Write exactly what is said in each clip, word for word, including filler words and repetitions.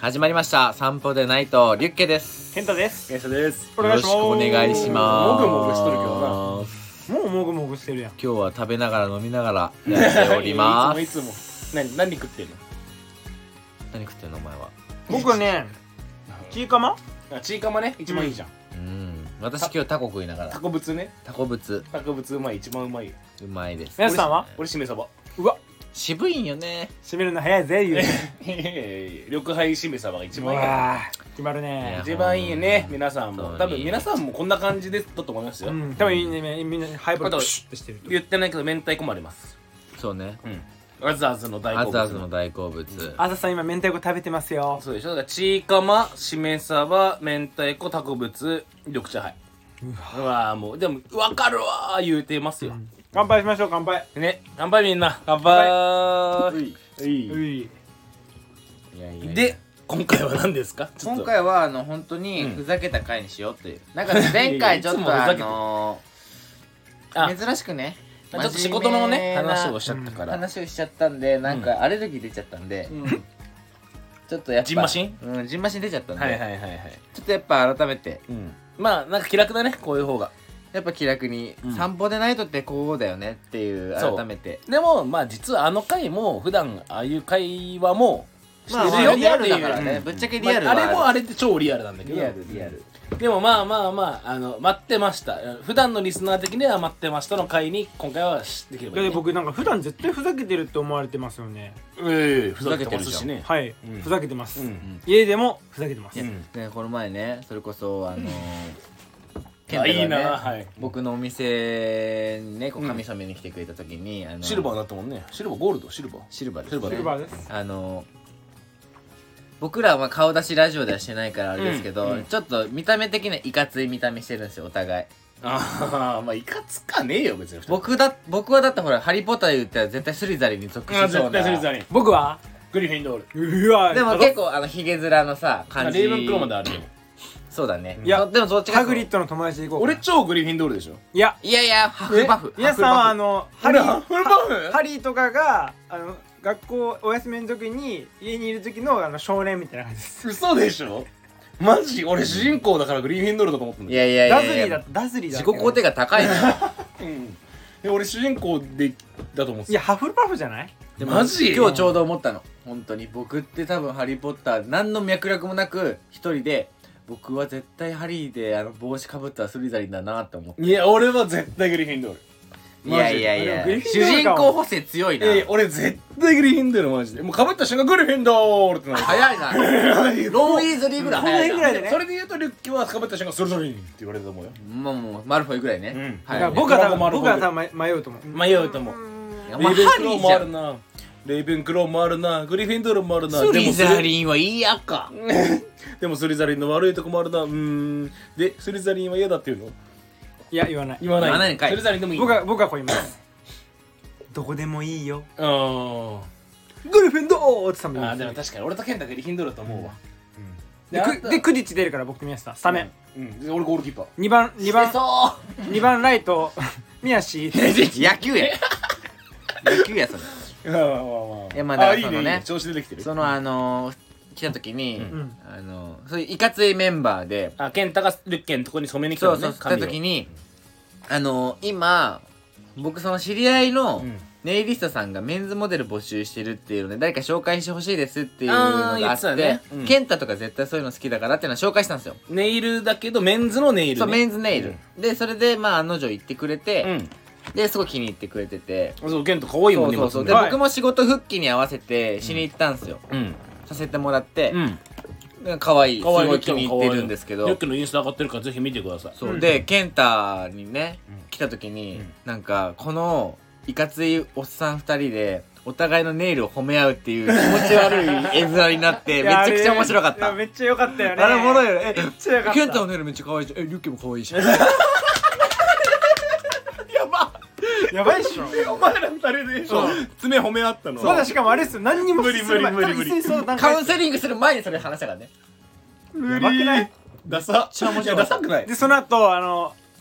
始まりました散歩でないとリュッケです。 ケンタです。 ケンタです。 お願いします。 よろしくお願いします。 もぐもぐしとるけどな。 もうもぐもぐしてるやん。 今日は食べながら飲みながらやっております。 いつもいつも。何何食ってんの？ 何食ってんのお前は？ 僕はね、チーカマ？ あ、チーカマね、一番いいじゃん。 うん。私今日タコ食いながら。 タコブツね。 タコブツ。 タコブツうまい、一番うまい。 うまいです。 皆さんは？ 俺しめ鯖。 うわ、 渋いんよね。 締めるの早いぜ言うて。緑杯しめ鯖が一番いい。 決まるね。 一番いいね、皆さんも。 そう多分皆さんもこんな感じだったと思いますよ。 うん、多分いいね、みんなハイボールシュッてしてる。 言ってないけど明太子もあります。 そうね。 うん。アザーズの大好物。 アザーズの大好物。 あざさん今明太子食べてますよ。 そうでしょ。だからチーカマ、しめ鯖、明太子、タコブツ、緑茶杯。うわーもうでも分かるわー言うてますよ。 乾杯しましょう、乾杯。 ね、乾杯みんな。乾杯。 うい。 いやいやいやで、今回は何ですか？ 今回はあの本当にふざけた回にしようっていう。なんか前回ちょっとあの珍しくね。 ちょっと仕事のね話をしちゃったから話をしちゃったんで、なんかアレルギー出ちゃったんで、ちょっとやっぱジンマシン？ うん、ジンマシン出ちゃったんで、 はいはいはいはい。 ちょっとやっぱ改めて、 まあなんか気楽だね、こういう方が。 やっぱ気楽に散歩でないとってこうだよねっていう改めて。 でもまあ実はあの回も普段ああいう会話もしてるよっていう。 リアルだからね、ぶっちゃけリアルはあれもあれって超リアルなんだけど。 リアルリアル。 でもまあまあまあ、あの待ってました。普段のリスナー的には待ってましたの回に今回はできればいい、ね。 僕なんか普段絶対ふざけてるって思われてますよね。 ええ、ふざけてますしね。 はい、ふざけてます。 うん家でもふざけてます。 でこの前ね、それこそあのケンタがね、いいな、はい、 僕のお店にね、こう髪染めに来てくれた時に、あのシルバーだったもんね。シルバー、ゴールド、シルバー、 シルバーです、 シルバーです。 あの僕らは顔出しラジオではしてないからあれですけど、ちょっと見た目的にはいかつい見た目してるんですよ、お互い。 ああ、まあいかつかねえよ別に。 僕だ僕はだってほらハリー・ポッターで言ったら絶対スリザリンに属しそうな。 絶対スリザリン。 僕はグリフィンドール。 うわ、 でも結構あのヒゲ面のさ感じ。 レイブンクローまであるよ。 そうだね。 いやでもどっちかハグリッドの友達で行こう。 俺超グリフィンドールでしょ。 いやいやいや、ハフパフ。 皆さんはあのハリーハフパフハリーとかがあの学校お休みの時に家にいる時のあの少年みたいな感じです。 嘘でしょ。マジ俺主人公だからグリフィンドールだと思ったんだいやいやいやダズリーだダズリーだ自己肯定が高いな。 うん。俺主人公でだと思ってた。 いやハフルパフじゃない？ でもマジ今日ちょうど思ったの。本当に僕って多分ハリー・ポッター何の脈絡もなく一人で僕は絶対ハリーであの帽子かぶったスリザリンだなって思って。 いや俺は絶対グリフィンドール。 いやいやいや、 主主人公補正強いな。 え俺絶対グリフィンドールマジで。もうかぶった瞬間グリフィンドールってなる。 早いな。ロン・ウィーズリーぐらい早いな。 ぐらいでね。 それで言うとリュッキはかぶった瞬間スルスルリンって言われたと思うよ。 もうもうマルフォイぐらいね。 だから僕は多分僕は多分迷うと思う。 迷うと思う。レイベンクローもあるな。レイベンクローもあるな。グリフィンドールもあるな。 スリザリンはいいやか。 でもスリザリンの悪いとこもあるな。うーん。でスリザリンは嫌だっていうの？ いや言わない。 言わない。 言わないんかい。 スリザリンでもいい。 僕は僕はこう言います。どこでもいいよ。 ああ。 グリフィンドールって言ったああでも確かに俺とケンタグリフィンドールだと思うわ。 でクディッチ出るから僕と宮下スタメン。 うん。俺ゴールキーパー。 にばんにばんそうにばんライト宮下。 野球や。野球やそれ。 いやまあまあまあ。 いやまあだからそのね、 調子出てきてる。 そのあの来た時にあのそういういかついメンバーで、 あケンタがルッケのとこに染めに来たのね。 そうそう来た時にあの今僕その知り合いのネイリストさんがメンズモデル募集してるっていうので誰か紹介してほしいですっていうのがあってケンタとか絶対そういうの好きだからっていうのを紹介したんですよ。 ネイルだけどメンズのネイルね。 そうメンズネイルでそれでまあ案の定行ってくれてですごい気に入ってくれてて、 そうケンタ可愛いもんね。 そうそうそうで僕も仕事復帰に合わせてしに行ったんですよ。させてもらって可愛いすごい気に入ってるんですけど、 リュッケのインスタ上がってるからぜひ見てください。 そうでケンタにね来た時になんかこのいかついおっさんふたりでお互いのネイルを褒め合うっていう気持ち悪い絵面になってめちゃくちゃ面白かった。 めっちゃ良かったよね。 あれおもろいよね。 めっちゃ良かった。 ケンタのネイルめっちゃ可愛いじゃん。えリュッケも可愛いし。やばやばいっしょ。 お前らふたりで爪褒め合ったの。 まだしかもあれっすよ、何にも無理無理無理無理。 カウンセリングする前にそれ話したからね。 やばくない？ ダサ。 めっちゃ面白い。 ダサくない。 でその後あの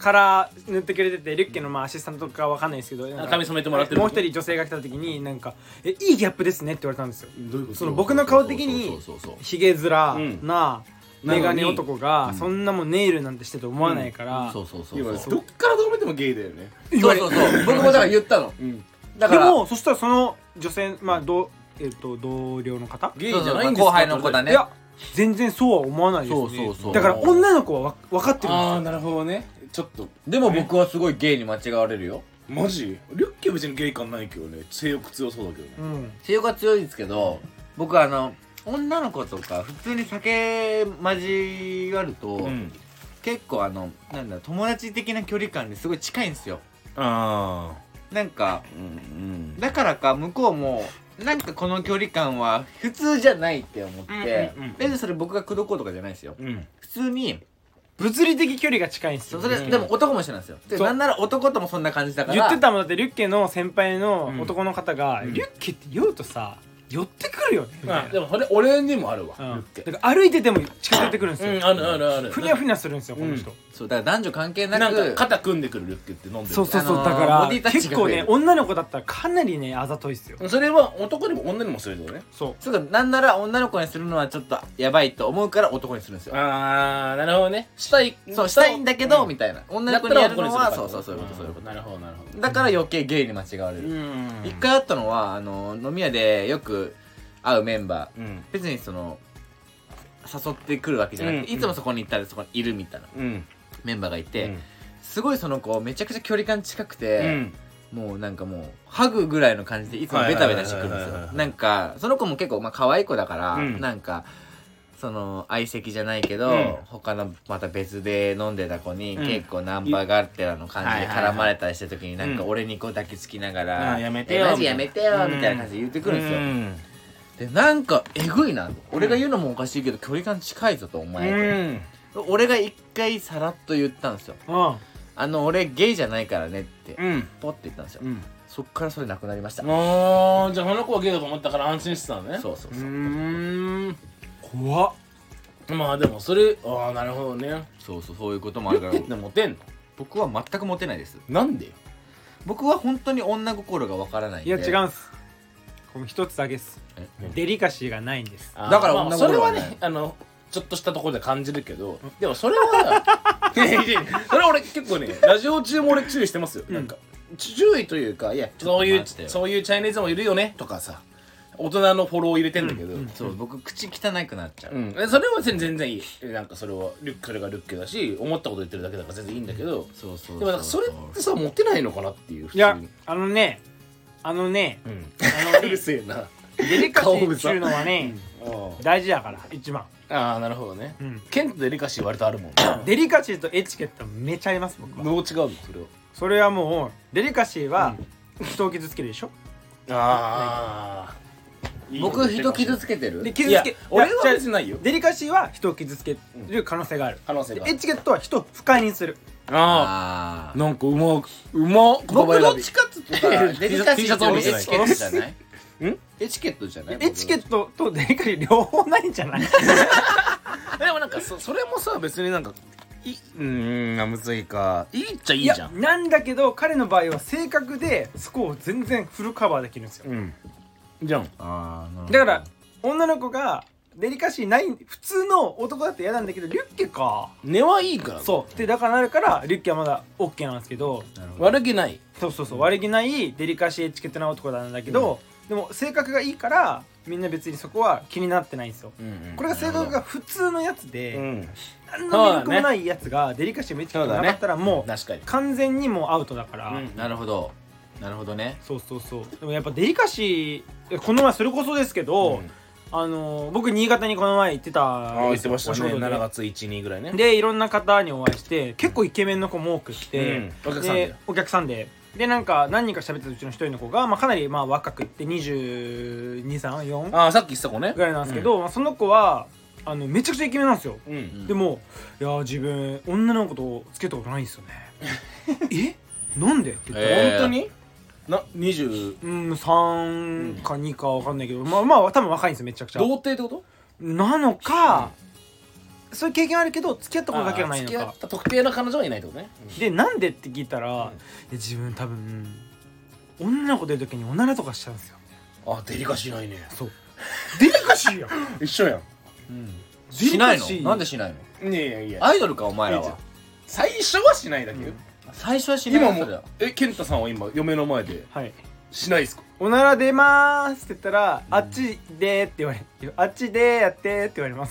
カラー塗ってくれててリュッケのまあアシスタントかわかんないですけど髪染めてもらってるもう一人女性が来た時になんか「えいいギャップですね」って言われたんですよ。 どういうこと？ その僕の顔的にヒゲ面なメガネ男がそんなもんネイルなんてしてと思わないからそうそうそうそうどっからどう見てもゲイだよね。 そうそうそう僕もだから言ったのだからでもそしたらその女性まあどえっと同僚の方ゲイじゃないんですか？ 後輩の子だね。 いや全然そうは思わないですね。 そうそうそうだから女の子は分かってるんですよ。 ああなるほどね。ちょっとでも僕はすごいゲイに間違われるよ。 マジ？リュッケは別にゲイ感ないけどね。性欲強そうだけどね。 うん性欲が強いですけど僕はあの女の子とか普通に酒交わると、うん、結構あのなんだ友達的な距離感ですごい近いんですよ。 ああなんか、 うんうん、 だからか向こうもなんかこの距離感は普通じゃないって思って、うんうんうん、別にそれ僕が口説こうとかじゃないですよ、うん、普通に物理的距離が近いんですよ。 それ、うん、でも男も一緒なんですよ。でなんなら男ともそんな感じだから言ってたもん。だってリュッケの先輩の男の方が、うん、リュッケって言うとさ寄ってくるよねみたいな。 でもそれ俺にもあるわ、うん、 だから歩いてても近づいてくるんですよ、 うん、あるあるあるふにゃふにゃするんですよこの人、うん、 そうだから男女関係なくなんか肩組んでくるリュッケって飲んでる。 そうそうそう、あのー、だから結構ね女の子だったらかなりねあざといっすよ。 それは男にも女にもするよね。 そうそうだなんなら女の子にするのはちょっとやばいと思うから男にするんですよ。 あーなるほどね。したいそうしたいんだけど、うん、みたいな女の子にやるのはそうそうそういうことそういうことなるほどなるほど。 だから余計ゲイに間違われる。一回あったのはあの飲み屋でよく会うメンバー、うん、別にその誘ってくるわけじゃなくて、うん、いつもそこに行ったらそこにいるみたいな、うん、メンバーがいて、うん、すごいその子めちゃくちゃ距離感近くて、うん、もうなんかもうハグぐらいの感じでいつもベタベタしてくるんですよ。なんかその子も結構まあ可愛い子だから、うん、なんかその相席じゃないけど、うん、他のまた別で飲んでた子に、うん、結構ナンパがあってらの感じで絡まれたりした時になんか俺にこう抱きつきながら、うん、 やめてよマジやめてよみたいな感じで言ってくるんですよ、うん、でなんかえぐいな、俺が言うのもおかしいけど距離感近いぞとお前と、うん、俺が一回さらっと言ったんですよ、うん、あの俺ゲイじゃないからねって、うん、ポッて言ったんですよ、うん、そっからそれなくなりました。 あーじゃあその子はゲイだと思ったから安心してたのね。 そうそうそう。うーん怖っ。 まあでもそれああなるほどね。 そうそうそういうこともあるから。 でモテんの？ 僕は全くモテないです。 なんでよ。 僕は本当に女心がわからないんで。 いや違うんす。この一つだけです。デリカシーがないんです。 だから女心はね、まあ、それはねあのちょっとしたところで感じるけど、でもそれはそれは俺結構ねラジオ中も俺注意してますよ。うん、なんか注意というかいやそういうそういうチャイニーズもいるよねとかさ。大人のフォローを入れてんだけど、うんうん、 そう僕口汚くなっちゃう、うん、 それは全然いい。なんかそれはリュックそれがリュッケだし思ったこと言ってるだけだから全然いいんだけど、そうそうそうそうでもなんかそれってさモテないのかなっていう。 いやあのねあのね、 うん、あのねうるせえなデリカシーっていうのはね、うん、大事だから一番。 ああなるほどね、うん、ケンとデリカシー割とあるもんデリカシーとエチケットめちゃあります僕は。 どう違うのそれは。 それはもうデリカシーは人を傷つけるでしょ、 うん、ああ僕人傷つけてる？ で傷つけ俺は別にないよ。 デリカシーは人を傷つける可能性がある。 可能性がある。 エチケットは人を不快にする。 ああなんかうまくうまっ。 僕どっちかっつってさデリカシーとエチケットじゃない？ ん？ エチケットじゃない？ エチケットとデリカシー両方ないんじゃない？ でもなんか そ, それもさ別になんかいうんむずいかいいっちゃいいじゃん。 いやなんだけど彼の場合は性格でそこを全然フルカバーできるんですよ。うんじゃん。 あだから女の子がデリカシーない普通の男だって嫌なんだけどリュッケか根はいいからそうでだからなるからリュッケはまだ OK なんですけど悪気ないそうそうそう、うん、悪気ないデリカシーエチケットな男なんだけど、うん、でも性格がいいからみんな別にそこは気になってないんですよ、うんうん、これが性格が普通のやつで、うん、何の魅力もないやつがデリカシーもエチケットなかったらもう、ね、完全にもうアウトだから、うん、 なるほどなるほどね。 そうそうそう。でもやっぱデリカシーこの前それこそですけど、うん、あの僕新潟にこの前行ってたあ言ってましたね。しちがついち、にぐらいね。 でいろんな方にお会いして結構イケメンの子も多くして、うん、 お客さんでお客さんででなんか何人か喋ってたうちの一人の子が、まあ、かなりまあ若くってにじゅうに、さん、よんあさっき言ってた子ねぐらいなんですけど、うんまあ、その子はあのめちゃくちゃイケメンなんですよ、うん、でもいや自分女の子とつけたことないんですよねえなんでって言ったら、 えー、本当になにじゅう、 うん、さんかにかわかんないけど、うん、まあまあ多分若いんですよめちゃくちゃ。 童貞ってことなのか、 そういう経験あるけど付き合ったことだけはないの付き合かった特定の彼女はいないってことね。 でなんでって聞いたら、 うんいや自分多分女の子といる時におならとかしちゃうんですよ。 あ、デリカシーないね。 そうデリカシーやん一緒やん。 しないの？ デリカシーなんでしないの？ いやいやいや、 アイドルかお前らは。 最初はしないだけよ。 最初はしない今ものそれは。 え、健太さんは今嫁の前ではいしないですか？ おなら出まーすって言ったら、あっちでーって言われあっちでーやってーって言われます。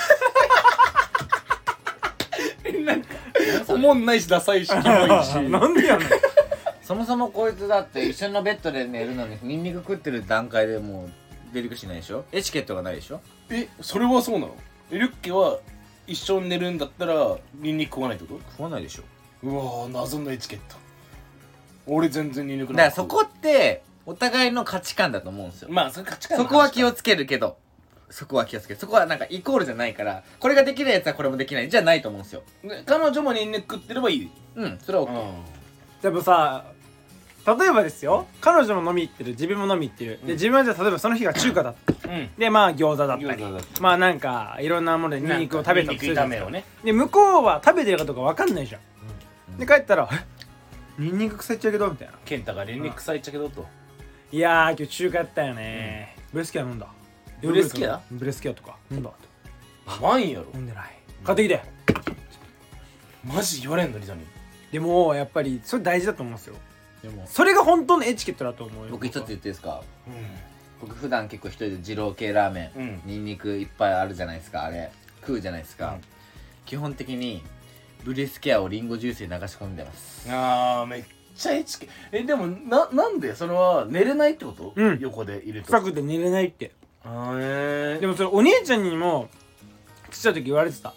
なんかおもんないしダサいしキモいしなんでやねん。 そもそもこいつだって一緒のベッドで寝るのにニンニク食ってる段階でもうデリカシーないでしょ。エチケットがないでしょ。 え、それはそうなの？リュッケは一緒に寝るんだったらニンニク食わないってこ食わないでしょ。 と？うわー、謎のエチケット。俺全然ニンニクだからそこってお互いの価値観だと思うんですよ。 まあそれ価値観の話そこは気をつけるけどそこは気をつける。そこはなんかイコールじゃないからこれができるやつはこれもできないじゃないと思うんですよ。 ね、彼女もニンニク食ってればいい。 うんそれは OK。 でもさ例えばですよ、彼女も飲み行ってる自分も飲み行ってる、 うんで自分はじゃあ例えばその日が中華だったうん。 でまあ餃子だったり餃子だったまあなんかいろんなものでニンニクを食べたとするじゃないですか。 ニンニク炒めをね。 で向こうは食べてるかどうか分かんないじゃん、 うんで帰ったら「えニンニク臭いっちゃうけど」みたいな健太がニンニク臭いっちゃけどと。 「いやー今日中華やったよね、ブレスキア飲んだ」 ブレスキアブレスキアとか飲んだうまいんやろ。 飲んでない買ってきて。 マジ言われんのリザに。 でもやっぱりそれ大事だと思うんですよ。 でもそれが本当のエチケットだと思うよ。 僕一つ言っていいですか。 う僕普段結構一人で二郎系ラーメン、 ん。 ニンニクいっぱいあるじゃないですか。あれ食うじゃないですか、 うん基本的にブレスケアをリンゴジュースに流し込んでます。 あー、めっちゃエチケ。え、でもな、なんでそれは寝れないってこと？ うん横でいると。 臭くて寝れないって。 あー、えー。 でもそれお姉ちゃんにもちっちゃい時言われてた。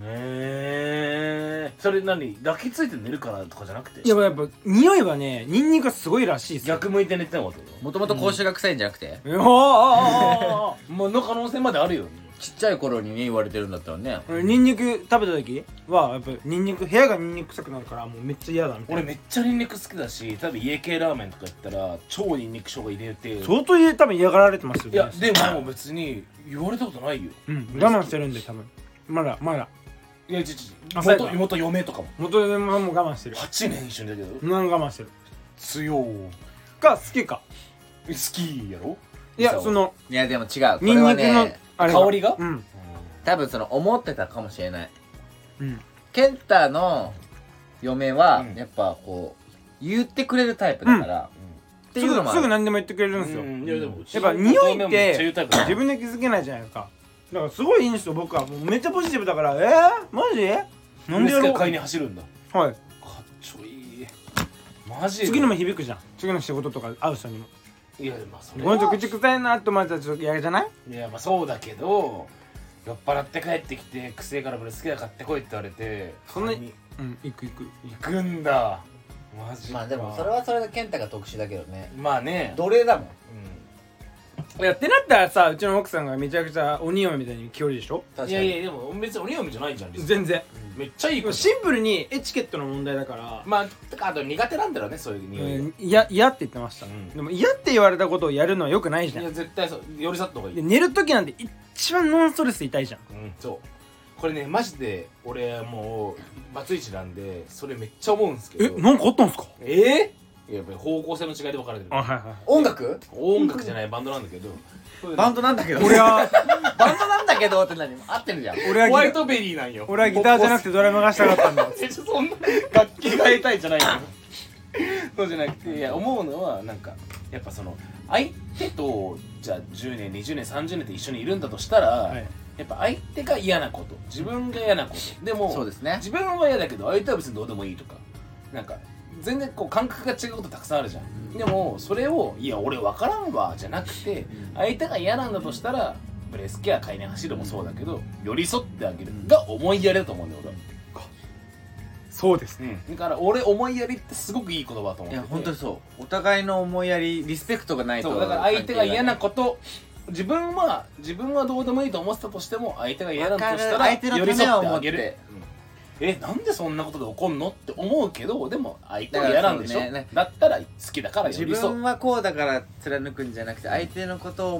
えー、それ何抱きついて寝るからとかじゃなくて？ いややっぱ匂いはねニンニクがすごいらしいですよ。 逆向いて寝てなかったの？ もともと口臭が臭いんじゃなくて、 いやーもうの可能性まであるよ。 ちっちゃい頃にね言われてるんだったらね。 ニンニク食べた時はやっぱニンニク部屋がニンニク臭くなるからもうめっちゃ嫌だみたいな。 俺めっちゃニンニク好きだし、多分家系ラーメンとか行ったら超ニンニク生姜入れて。 相当家多分嫌がられてますよね。 いやでも別に言われたことないよ。 うん我慢してるんで多分まだまだいやちちあそうや元元嫁とかも元でももう我慢してる。 はちねん一緒にだけどなん我慢してる強か好きか。 好きやろ。 いやそのいやでも違う。こニれはンニクのねあれ香りがうん多分その思ってたかもしれない。 うんケンタの嫁はうんやっぱこう言ってくれるタイプだから、ってすぐすぐいうのもある。 何でも言ってくれるんですよ。 うんいやでもやっぱ匂いってめっちゃ言うタイプだ自分で気づけないじゃないですか。だからすごいいいんですよ僕は。もうめっちゃポジティブだから。えー、マジなんでやろう。 買いに走るんだ。かはいっちょいい。マジで次のも響くじゃん。次の仕事とか会う人にもいやまあそれこの人は口臭いなって思われたらちょっと嫌じゃない。 いやまあそうだけど、酔っ払って帰ってきて癖からブレスケア買ってこいって言われてそんな買いにうん行く行く。 行くんだ。マジか。 まあでもそれはそれでケンタが特殊だけどね。 まあね。 奴隷だもん。 いやってなったらさうちの奥さんがめちゃくちゃ鬼嫁みたいに清りでしょ。 うん、いやいやでも別に鬼嫁じゃないじゃん。 全然めっちゃいい子。 シンプルにエチケットの問題だから。 まあてかあと苦手なんだろうねそういう匂いが。 うん嫌嫌って言ってました。 うんでも嫌って言われたことをやるのは良くないじゃん。 いや絶対そう寄り添った方がいい。 で寝る時なんて一番ノンストレス痛いじゃん。 うんそうこれねマジで俺もうバツイチなんでそれめっちゃ思うんですけど。 えなんかあったんすか。 えー、やっぱり方向性の違いで分かれてる。 はいはい。 音楽音楽じゃないバンドなんだけど。 バンドなんだけど。 俺はバンドなんだけどって何合ってるじゃん。 俺はギターホワイトベリーなんよ。 俺はギターじゃなくてドラムがしたかったんだ。 えそんな楽器が得たいじゃないの。そうじゃなくていや思うのはなんかやっぱその相手とじゃあじゅうねんにじゅうねんさんじゅうねんって一緒にいるんだとしたら、 はい、 やっぱ相手が嫌なこと自分が嫌なことでもそうですね。 自分は嫌だけど相手は別にどうでもいいとかなんか全然こう感覚が違うことたくさんあるじゃん、うん、でもそれをいや俺分からんわじゃなくて相手が嫌なんだとしたらブレスケア買いに走るもそうだけど寄り添ってあげるが思いやりだと思うんだよ俺は。 そうですね、 うん、だから俺思いやりってすごくいい言葉だと思ってて。 いや本当にそうお互いの思いやりリスペクトがないと。 そうだから相手が嫌なこと自分は自分はどうでもいいと思ってたとしても相手が嫌だとしたら相手のためは思って寄り添ってあげる、うん、えなんでそんなことで怒んのって思うけどでも相手は嫌なんでしょ だ,、ね、だったら好きだから寄自り添う。 分はこうだから貫くんじゃなくて相手のことを思って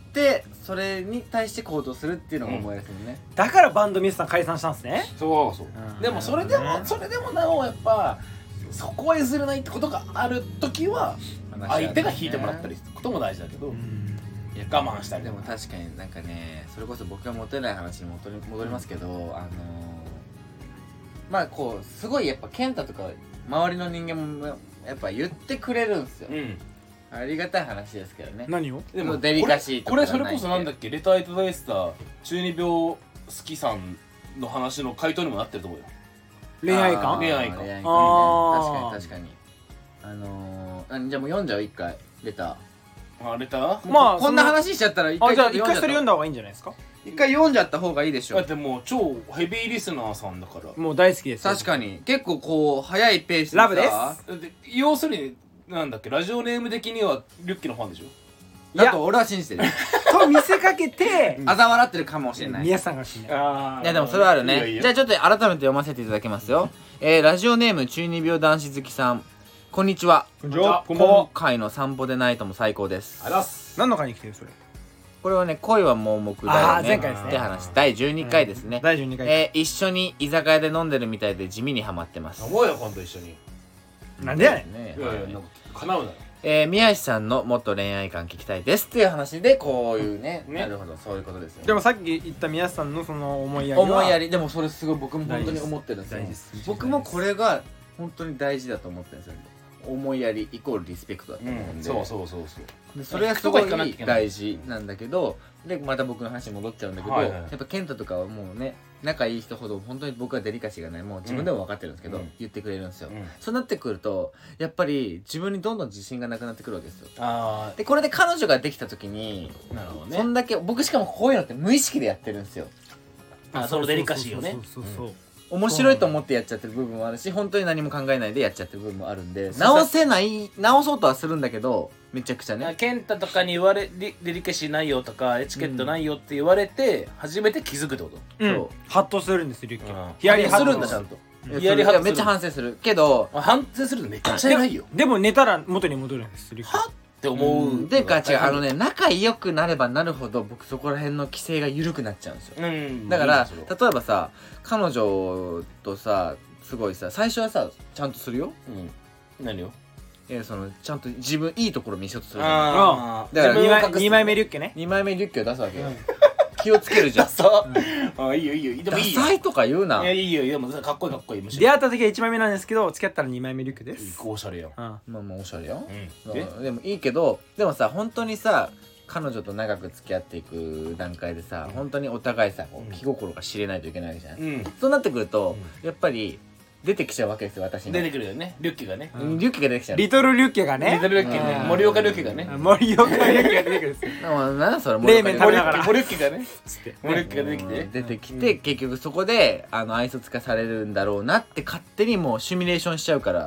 ってそれに対して行動するっていうのが思いですもんね、 だからバンドミスさん解散したんですね。 そうそう、 うんでもそれでもそれでもなおやっぱそこは譲れないってことがある時は相手が引いてもらったりすることも大事だけど、いや我慢したり。 でも確かになんかね、それこそ僕がモテない話に戻り戻りますけど、あのー、まあこうすごいやっぱ健太とか周りの人間もやっぱ言ってくれるんですよ、うん、ありがたい話ですけどね。 何をでもデリカシーとかこれそれこそなんだっけ、レターいただいてた中二病好きさんの話の回答にもなってると思うよ。 恋愛観恋愛観、 恋愛観ね、確かに確かに。あのー、じゃあもう読んじゃう、一回レターあレターまあこんな話しちゃったら一回あじゃあ一回それ読んだ方がいいんじゃないですか。 一回読んじゃった方がいいでしょ。 だってもう超ヘビーリスナーさんだから。 もう大好きです。 確かに結構こう早いペースでラブです。 で要するになんだっけ、ラジオネーム的にはリュッキーのファンでしょ。 だと俺は信じてると見せかけて嘲笑ってるかもしれない。 宮さんがしない。 あいやでもそれはあるね。いいよいいよ。じゃあちょっと改めて読ませていただきますよ。えー、ラジオネーム中二病男子好きさん、こんにちは。 こんにちは。 今回の散歩でナイトも最高です。 ありがとうございます。 何の回に来てるそれ。 これはね、恋は盲目だよね。 あー前回ですねって話、だいじゅうにかいですね。 だいじゅうにかい。 えー、一緒に居酒屋で飲んでるみたいで地味にハマってます。 飲もうよ今度一緒に。 なんでやねん。 いやいや、なんか叶うなよ。 えー、宮石さんのもっと恋愛観聞きたいですっていう話で、こういうね、なるほど、そういうことですよね。 でもさっき言った宮さんのその思いやりは思いやり、でもそれすごい僕も本当に思ってるんですよ。僕もこれが本当に大事だと思ってるんですよ。思いやりイコールリスペクトだと思うんで、 そうそうそうそうでそれはすごい大事なんだけど、でまた僕の話に戻っちゃうんだけど、はいはい、やっぱ健太とかはもうね、仲いい人ほど本当に僕はデリカシーがない、もう自分でも分かってるんですけど、うん、言ってくれるんですよ、うん、そうなってくるとやっぱり自分にどんどん自信がなくなってくるわけですよ。あでこれで彼女ができた時に、なるほどね、そんだけ僕しかもこういうのって無意識でやってるんですよ。 あそのデリカシーをね、 そうそうそうそう、 面白いと思ってやっちゃってる部分もあるし、本当に何も考えないでやっちゃってる部分もあるんで、直せない直そうとはするんだけど、めちゃくちゃね、 健太とかに言われデリカシーないよとかエチケットないよって言われて初めて気づくってこと。 うん、そうハッとするんですよリュッキー。 ヒヤリハッとするんだちゃんと。 ヒヤリハッとめっちゃ反省するけど、 反省するのめっちゃ偉いよ。 でも寝たら元に戻るんですリュッキー。 はって思う。 でか違う、あのね、仲良くなればなるほど僕そこら辺の規制が緩くなっちゃうんですよ。だから例えばさ、彼女とさすごいさ、最初はさちゃんとするよ。 何を？ えそのちゃんと自分いいところ見せようとするじゃん。だからにまいめリュッケね。 にまいめリュッケを出すわけよ。気をつけるじゃん。 あいいよいいよ。でもいいよ。 ダサいとか言うな。 いやいいよいいよ。かっこいいかっこいい。 出会った時はいちまいめなんですけど、付き合ったらにまいめリュッケです。 おしゃれやん。 まあまあおしゃれやん。でもいいけど、でもさ本当にさ彼女と長く付き合っていく段階でさ、本当にお互いさ気心が知れないといけないわけじゃん。そうなってくるとやっぱり出てきちゃうわけですよ、私に。 出てくるよね、リュッキーがね。 リュッキーが出てきちゃう。 リトルリュッケがね。 リトルリュッキーね。森岡リュッキーがね。 森岡リュッキーが出てくるんですよ。 なんだそれ、 冷麺食べながら。 森リュッキーがね。森リュッキーが出てきて。 出てきて、結局そこで、あの、愛想つかされるんだろうなって勝手にもうシミュレーションしちゃうから、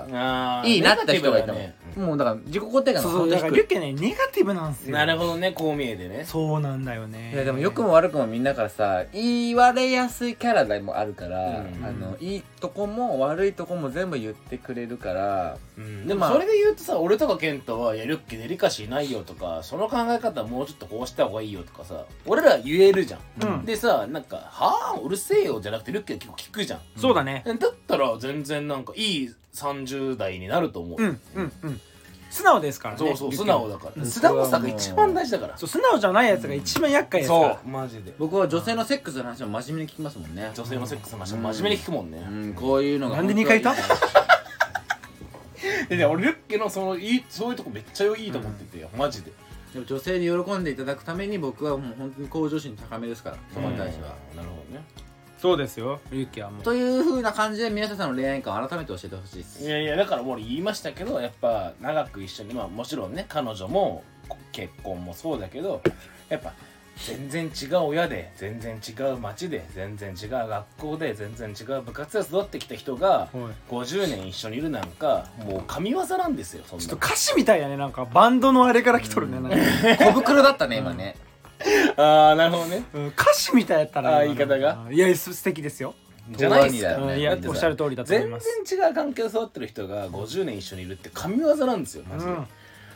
いいなって人がいたもん。もうだから自己肯定感がそう、だからリュッケね、ネガティブなんですよ。 なるほどね、こう見えてね。 そうなんだよね。 いやでも良くも悪くもみんなからさ、言われやすいキャラでもあるから、あの、いいとこも悪いとこも全部言ってくれるから、 でもそれで言うとさ、俺とかケントは「いやリュッケデリカシーないよ」とか「その考え方もうちょっとこうした方がいいよ」とかさ、俺ら言えるじゃん。でさ、なんか「はあうるせえよ」じゃなくてリュッケ結構聞くじゃん。 そうだね。 だったら全然なんかいいさんじゅう代になると思う。 うんうんうん。素直ですからね。 そうそう、素直だから。素直さが一番大事だから。 そう、素直じゃないやつが一番厄介ですから。 そう、マジで。 僕は女性のセックスの話も真面目に聞きますもんね。 女性のセックスの話も真面目に聞くもんね。 うん、こういうのが。 なんでにかい言った？ いや俺リュッケのそのいいそういうとこめっちゃいいと思ってて、マジで。 でも女性に喜んでいただくために僕はもう本当に向上心高めですから、そこに対しては。 なるほどね。 そうですよ、リュッケはもう。 という風な感じで宮下さんの恋愛観を改めて教えてほしいです。 いやいや、だからもう言いましたけど、やっぱ長く一緒に、まあもちろんね、彼女も結婚もそうだけど、やっぱ全然違う親で、全然違う町で、全然違う学校で、全然違う部活で育ってきた人がごじゅうねん一緒にいるなんかもう神業なんですよ。そんなちょっと歌詞みたいだね、なんかバンドのあれから来とるね。 小袋だったね今ね。 ああなるほどね。 歌詞みたいやったら言い方がいや素敵ですよ。 じゃないですか。 いやおっしゃる通りだと思います。 全然違う関係で育ってる人がごじゅうねん一緒にいるって神業なんですよマジで。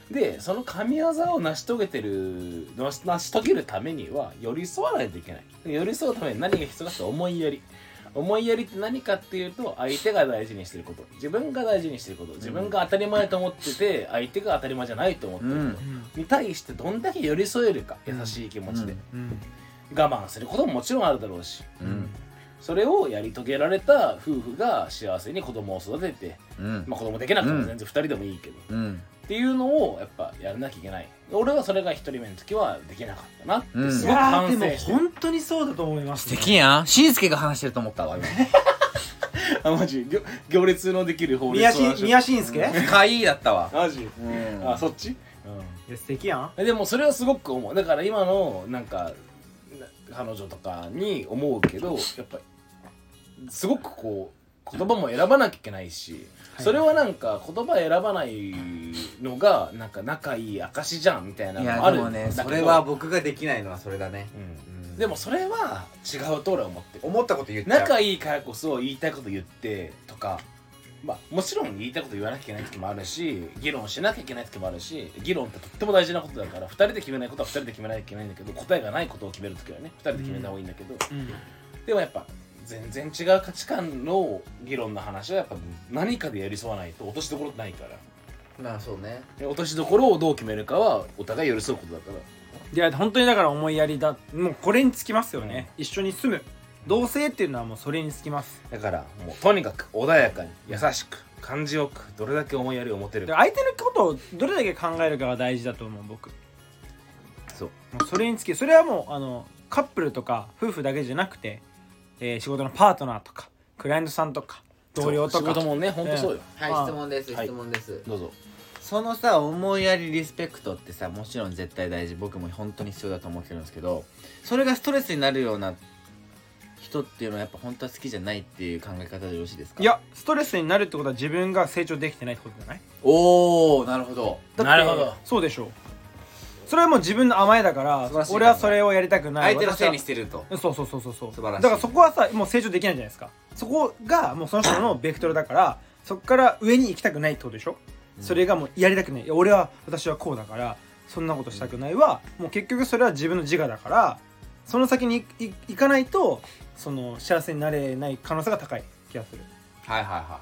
でその神業を成し遂げてる成し遂げるためには寄り添わないといけない。寄り添うために何が必要かって思いやり。思いやりって何かっていうと、相手が大事にしてること、自分が大事にしてること、自分が当たり前と思ってて相手が当たり前じゃないと思ってることに対してどんだけ寄り添えるか、優しい気持ちで、うんうん、我慢することももちろんあるだろうし、うん、それをやり遂げられた夫婦が幸せに子供を育てて、うん、まあ子供できなくても全然ふたりでもいいけど、うん、っていうのをやっぱやらなきゃいけない。俺はそれがひとりめの時はできなかったなってすごく反省してる、うん、 でも本当にそうだと思います、 ね、素敵やん。しんすけが話してると思ったわ今あ、マジ行列のできる法律宮宮しんすけかいいだったわマジ、うん、あ、そっち、うん、いや素敵やん。でもそれはすごく思う。だから今のなんか彼女とかに思うけど、やっぱすごくこう言葉も選ばなきゃいけないし、それはなんか言葉選ばないのがなんか仲いい証じゃんみたいなのもある。いやでもね、 それは僕ができないのはそれだね、 うんうん、でもそれは違うと俺は思ってる。 思ったこと言っちゃう。 仲いいからこそ言いたいこと言ってとか、まあもちろん言いたいこと言わなきゃいけない時もあるし、議論しなきゃいけない時もあるし、議論ってとっても大事なことだから、ふたりで決めないことはふたりで決めなきゃいけないんだけど、答えがないことを決める時はねふたりで決めた方がいいんだけど、うんうん、でもやっぱ全然違う価値観の議論の話はやっぱ何かでやり添わないと落としどころってないから。 まあそうね。 落としどころをどう決めるかはお互い寄り添うことだから。 いや本当にだから思いやりだ。もうこれにつきますよね、うん、一緒に住む同棲っていうのはもうそれにつきます。 だからもうとにかく穏やかに優しく感じよく、どれだけ思いやりを持てるか。 相手のことをどれだけ考えるかが大事だと思う僕。 そう。 もうそれにつき、それはもうあのカップルとか夫婦だけじゃなくて、えー、仕事のパートナーとかクライアントさんとか同僚とか。 仕事もね、ほんとそうよ、 えー、はい、質問です、はい、質問です。 どうぞ。 そのさ、思いやりリスペクトってさ、もちろん絶対大事、僕も本当に必要だと思ってるんですけど、それがストレスになるような人っていうのはやっぱ本当は好きじゃないっていう考え方でよろしいですか？ いや、ストレスになるってことは自分が成長できてないってことじゃない？ おー、なるほど。 なるほど。 そうでしょう。それはもう自分の甘えだから、俺はそれをやりたくない。 相手のせいにしてると。 そうそうそうそうそう。 素晴らしい。 だからそこはさ、もう成長できないじゃないですか。そこがもうその人のベクトルだから、そこから上に行きたくないってことでしょ。うん、それがもうやりたくない。いや俺は私はこうだからそんなことしたくないは、うん、もう結局それは自分の自我だから、その先に行かないとその幸せになれない可能性が高い気がする。 はいはいはい。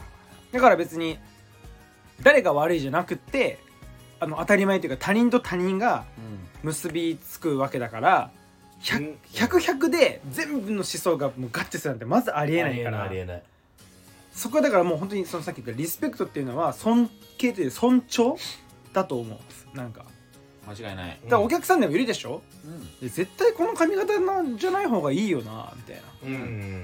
だから別に誰が悪いじゃなくって、あの当たり前というか他人と他人が結びつくわけだから、ひゃく、ひゃく、ひゃくで全部の思想がもう合致するなんてまずありえないから。 ありえない。 そこはだからもう本当にそのさっき言ったリスペクトっていうのは尊敬という尊重だと思う。なんか間違いない。 だからお客さんでもいるでしょ、うん、絶対この髪型なんじゃない方がいいよなみたいな、うん、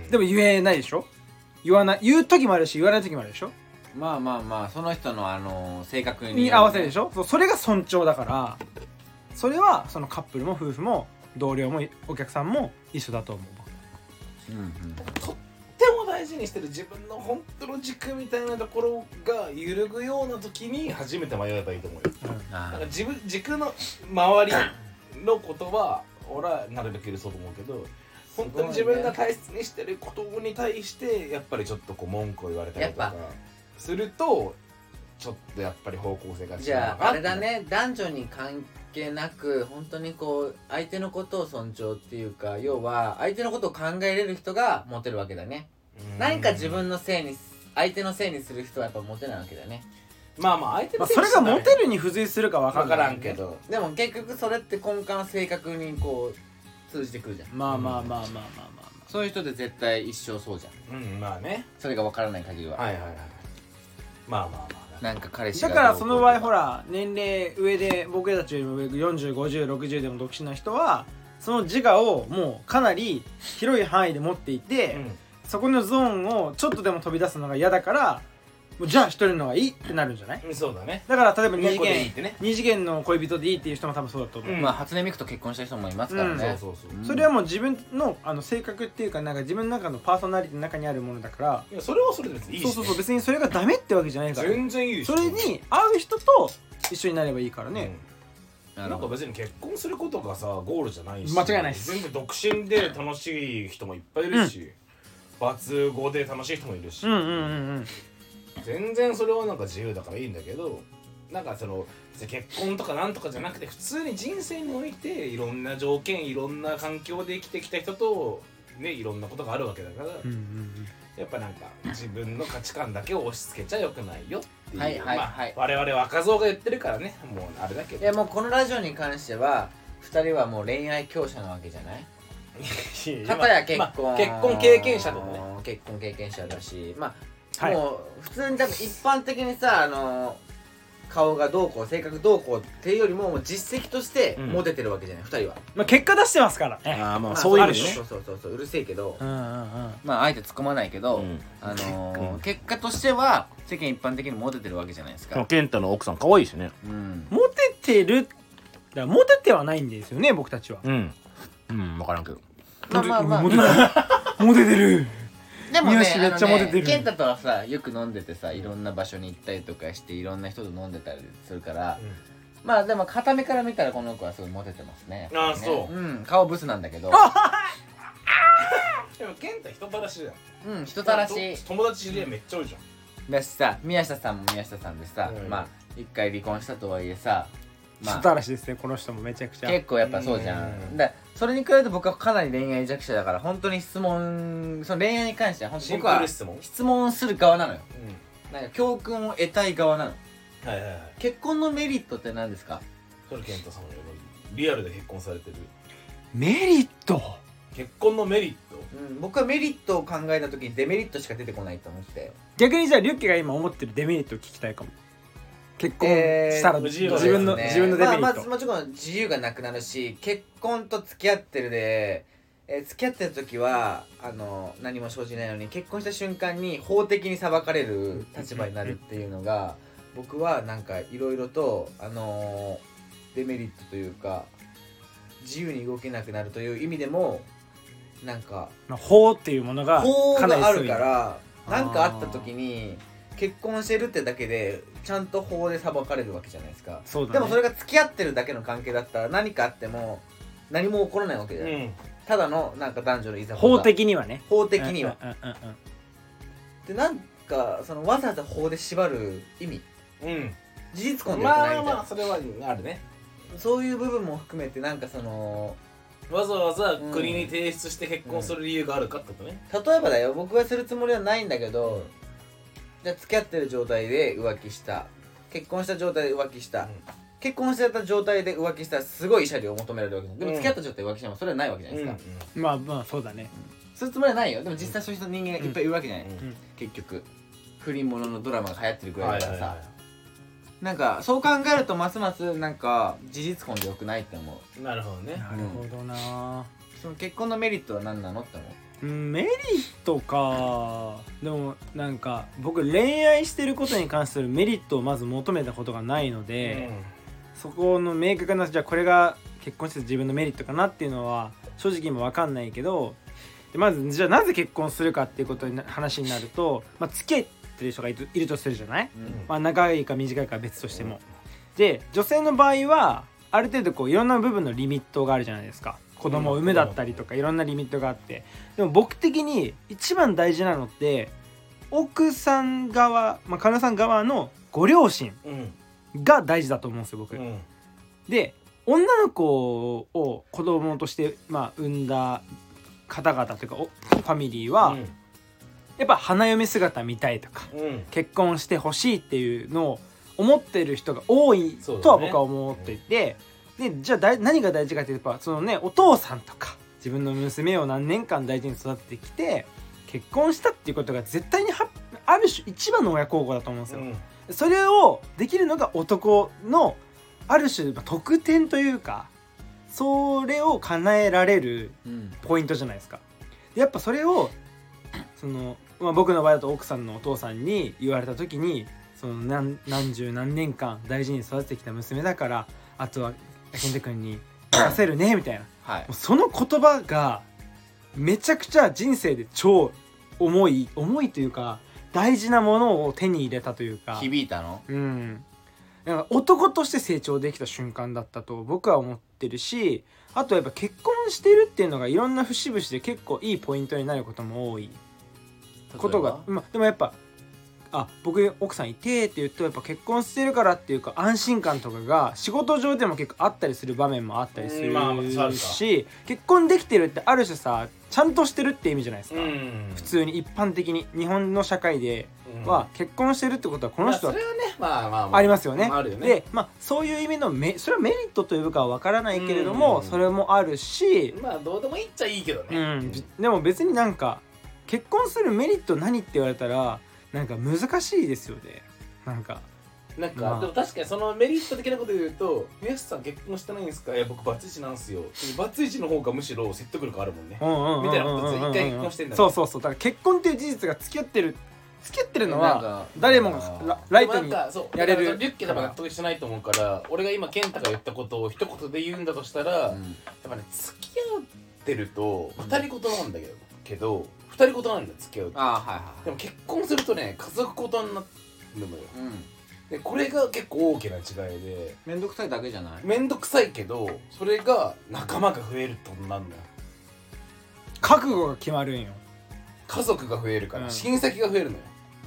でも言えないでしょ。言わない、言う時もあるし言わない時もあるでしょ。 まあまあまあその人のあの性格に、 ね、に合わせるでしょ。そう、それが尊重だから、それはそのカップルも夫婦も同僚もお客さんも一緒だと思う、うんうん、 とっても大事にしてる自分の本当の軸みたいなところが揺るぐような時に初めて迷えばいいと思うよ、うん、だから自分軸の周りのことは俺はなるべく許そうと思うけど、本当に自分が大切にしてることに対してやっぱりちょっとこう文句を言われたりとかするとちょっとやっぱり方向性が違う。 じゃああれだね、男女に関係なく本当にこう相手のことを尊重っていうか、要は相手のことを考えれる人がモテるわけだね。何か自分のせいに相手のせいにする人はやっぱモテないわけだね。 まあまあ相手のせいに、 まあ、それがモテるに付随するか分からん、ね、 からんけど、 でも結局それって根幹の性格にこう通じてくるじゃん。 まあまあまあまあまあまあ、まあ、 そういう人で絶対一生そうじゃん。 うん、まあね、 それが分からない限りは。 はいはいはい。まあまあまあなんか彼氏がだからその場合ほら年齢上で僕たちよりも上よんじゅう、ごじゅう、ろくじゅうでも独身な人はその自我をもうかなり広い範囲で持っていて、うん、そこのゾーンをちょっとでも飛び出すのが嫌だから、もうじゃあ一人のがいいってなるんじゃない？ そうだね。 だから例えば二次元、 いいね、 二次元の恋人でいいっていう人も多分そうだと思う、 うん、まあ初音ミクと結婚した人もいますからね、うん、 そうそうそう、うん、それはもう自分の、あの性格っていうかなんか自分の中のパーソナリティの中にあるものだから、 いやそれはそれで別にいいし、ね、 そうそうそう、別にそれがダメってわけじゃないから、 全然いいし、 それに合う人と一緒になればいいからね、 うん、なんか別に結婚することがさゴールじゃないし、 間違いないです。 全然独身で楽しい人もいっぱいいるし、うん、バツごで楽しい人もいるし、 うんうんうんうん、 全然それはなんか自由だからいいんだけど、 なんかその結婚とかなんとかじゃなくて普通に人生においていろんな条件いろんな環境で生きてきた人とねいろんなことがあるわけだから、うんうんうん、やっぱなんか自分の価値観だけを押し付けちゃよくないよっていう、はいはいはい、まあ、我々若造が言ってるからねもうあれだけど、 いやもうこのラジオに関してはふたりはもう恋愛強者なわけじゃない。片や結婚、 まあ、結婚経験者でもね結婚経験者だし、まあ、はい、もう普通に多分一般的にさあの顔がどうこう性格どうこうっていうよりももう実績としてモテてるわけじゃない、うん、ふたりは、 まあ、結果出してますからね。 ああまあそういう意味ね。 そうそうそうそううるせえけど、 うんうんうん、 まああえて突っ込まないけど、うん、あのーうん、結果としては世間一般的にモテてるわけじゃないですか。 健太の奥さん可愛いしね、 うん、モテてるだからモテてはないんですよね僕たちは。 うんうん分からんけどまあまあまあモテモテてる。 でもね、めっちゃモテてる。健太とはさよく飲んでてさいろんな場所に行ったりとかしていろんな人と飲んでたりするから、うん、まあでも片目から見たらこの子はすごいモテてますね。 ああ、ね、そう、 うん、顔ブスなんだけどでも健太人たらしじゃん。うん、人たらし。 友達知り合いめっちゃ多いじゃん。 だしさ宮下さんも宮下さんでさ、うん、まあ一回離婚したとはいえさ、 まあ、人たらしですねこの人もめちゃくちゃ結構やっぱそうじゃん。だそれに比べて僕はかなり恋愛弱者だから本当に質問その恋愛に関しては本当に僕は質問する側なのよ、うん、なんか教訓を得たい側なの。 はいはいはい。 結婚のメリットって何ですか？ それ健太さんはリアルで結婚されてるメリット結婚のメリット、 うん、僕はメリットを考えた時にデメリットしか出てこないと思って、 逆にじゃあリュッケが今思ってるデメリットを聞きたいかも。結婚したら、えー、自分の、ね、自分のデメリット、まあ、まずもちろん自由がなくなるし結婚と付き合ってるで、えー、付き合ってる時はあの何も生じないのに結婚した瞬間に法的に裁かれる立場になるっていうのが僕はなんかいろいろとあのー、デメリットというか自由に動けなくなるという意味でもなんか、まあ、法っていうものがかなり強い。法があるから何かあった時に結婚してるってだけでちゃんと法で裁かれるわけじゃないですか。そうだね、でもそれが付き合ってるだけの関係だったら何かあっても何も起こらないわけじゃない、うん、ただのなんか男女のいざこざ法的にはね法的には、うんうんうんうん、でなんかそのわざわざ法で縛る意味、うん、事実婚でよくないみたいな、まあまあそれはあるね。そういう部分も含めてなんかそのわざわざ国に提出して結婚する理由があるかってことね、 うん、例えばだよ僕はするつもりはないんだけど、うん、じゃあ付き合ってる状態で浮気した結婚した状態で浮気した、うん、結婚してた状態で浮気したらすごい慰謝料を求められるわけです。でも付き合った状態で浮気してもそれはないわけじゃないですか、うんうん、まあまあそうだね、うん、するつもりはないよ。でも実際そういう人人間がいっぱいいるわけじゃない、うん、結局不倫もののドラマが流行ってるぐらいだからさ、はいはいはい、なんかそう考えるとますますなんか事実婚でよくないって思う。 なるほどね。 なるほどな、 その結婚のメリットは何なのって思う。 メリットか。でもなんか僕恋愛してることに関するメリットをまず求めたことがないので、うん、そこの明確なじゃあこれが結婚して自分のメリットかなっていうのは正直今分かんないけど、でまずじゃあなぜ結婚するかっていうことに話になると、まあ、付き合ってる人がいる、いるとするじゃない、うん、まあ、長いか短いかは別としても、うん、で女性の場合はある程度こういろんな部分のリミットがあるじゃないですか。子供を産むだったりとかいろんなリミットがあって、でも僕的に一番大事なのって奥さん側、まあ、彼女さん側のご両親が大事だと思うんですよ僕、うん、で女の子を子供として、まあ、産んだ方々というかファミリーは、うん、やっぱ花嫁姿見たいとか、うん、結婚してほしいっていうのを思ってる人が多いとは僕は思っていて、でじゃあだ何が大事かっていうとそのねお父さんとか自分の娘を何年間大事に育ててきて結婚したっていうことが絶対にはある種一番の親孝行だと思うんですよ、うん、それをできるのが男のある種特典というかそれを叶えられるポイントじゃないですか。でやっぱそれをその、まあ、僕の場合だと奥さんのお父さんに言われた時にその 何, 何十何年間大事に育ててきた娘だからあとは健太君に任せるねみたいな、はい、もうその言葉がめちゃくちゃ人生で超重い重いというか大事なものを手に入れたというか響いたの、 うん、だから男として成長できた瞬間だったと僕は思ってるし、あとやっぱ結婚してるっていうのがいろんな節々で結構いいポイントになることも多いことが、まあ、でもやっぱあ僕奥さんいてって言うとやっぱ結婚してるからっていうか安心感とかが仕事上でも結構あったりする場面もあったりするし、結婚できてるってある種さちゃんとしてるって意味じゃないですか。普通に一般的に日本の社会では結婚してるってことはこの人はありますよね。でまあそういう意味のメそれはメリットというかは分からないけれどもそれもあるし、 まあどうでもいいっちゃいいけどね、うん、 でも別になんか結婚するメリット何って言われたらなんか難しいですよね。なんかなんか、まあ、でも確かにそのメリット的なこと言うと「宮下さん結婚してないんですか?」「いや僕バツイチなんすよ」バツイチの方がむしろ説得力あるもんねみたいなことで一回結婚してんだ、ね、 そうそうそうだから結婚っていう事実が付き合ってる付き合ってるのは誰もがライトにやれる。 リュッケ多分納得してないと思うから俺が今健太が言ったことを一言で言うんだとしたら、うん、やっぱね付き合ってると二人事なんだけど、うん、けど二人事なんだよ付き合うって。あ、はいはい、でも結婚するとね家族事になるのよ、うん、でこれが結構大きな違いでめんどくさいだけじゃない？ めんどくさいけどそれが仲間が増えるとなるのよ。 覚悟が決まるんよ。 家族が増えるから、うん、親戚が増えるのよ。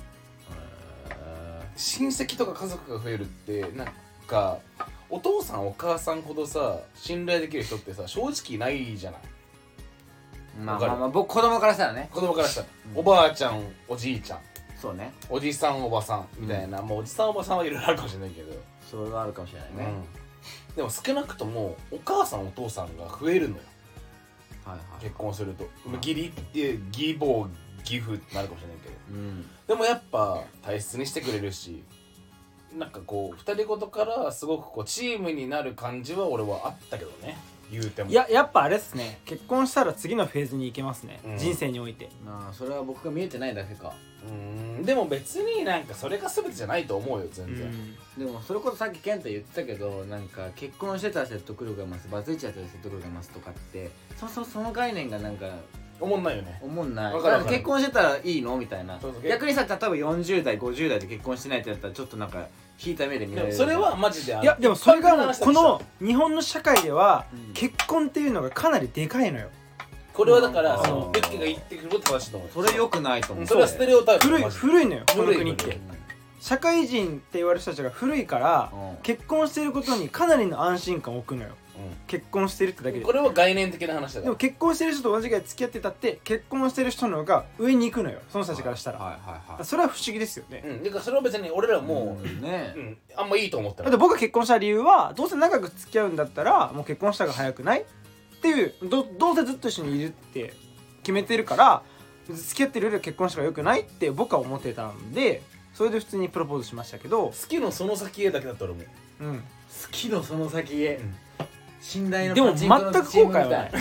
親戚とか家族が増えるってなんかお父さんお母さんほどさ信頼できる人ってさ正直ないじゃない。 まあまあまあ僕子供からしたらね子供からしたら、うん、おばあちゃんおじいちゃんそうねおじさんおばさんみたいな、うん、もうおじさんおばさんはいろいろあるかもしれないけどそれはあるかもしれないね、 うん、でも少なくともお母さんお父さんが増えるのよ、はいはい、結婚すると、はい、義理って義母義父ってなるかもしれないけど、うん、でもやっぱ大切にしてくれるしなんかこう二人ごとからすごくこうチームになる感じは俺はあったけどね。言うてもいややっぱあれっすね結婚したら次のフェーズに行けますね、うん、人生において。 まあそれは僕が見えてないだけか。 うんでも別になんかそれが全てじゃないと思うよ全然、 うん、でもそれこそさっき健太言ってたけどなんか結婚してたら説得力が増すバツイチだったら説得力が増すとかってそうそうその概念がなんか思んないよね。 思んない。だから結婚してたらいいのみたいな。そうそう逆にさ例えばよんじゅう代ごじゅう代で結婚してないってやったらちょっとなんか引いた目で見られる。 それはマジでいやでもそれがもうこの日本の社会では結婚っていうのがかなりでかいのよ。 これはだからそのベッキーが言ってくること正しいと思う。 それ良くないと思う。 それはステレオタイプ。 古い古いのよこの国って。社会人って言われる人たちが古いから結婚していることにかなりの安心感を置くのよ。結婚してるってだけで。 これは概念的な話だから。 でも結婚してる人と同じぐらい付き合ってたって結婚してる人の方が上に行くのよその人たちからしたら。はいはいはい。それは不思議ですよね。 うん。だからそれは別に俺らもね、うんあんまいいと思ったら。 だって僕が結婚した理由はどうせ長く付き合うんだったらもう結婚した方が早くないっていうどどうせずっと一緒にいるって決めてるから付き合ってるよりは結婚した方が良くないって僕は思ってたんでそれで普通にプロポーズしましたけど。 好きのその先へだけだったらもう。 うん。好きのその先へ。うん信頼のでも全く後悔はない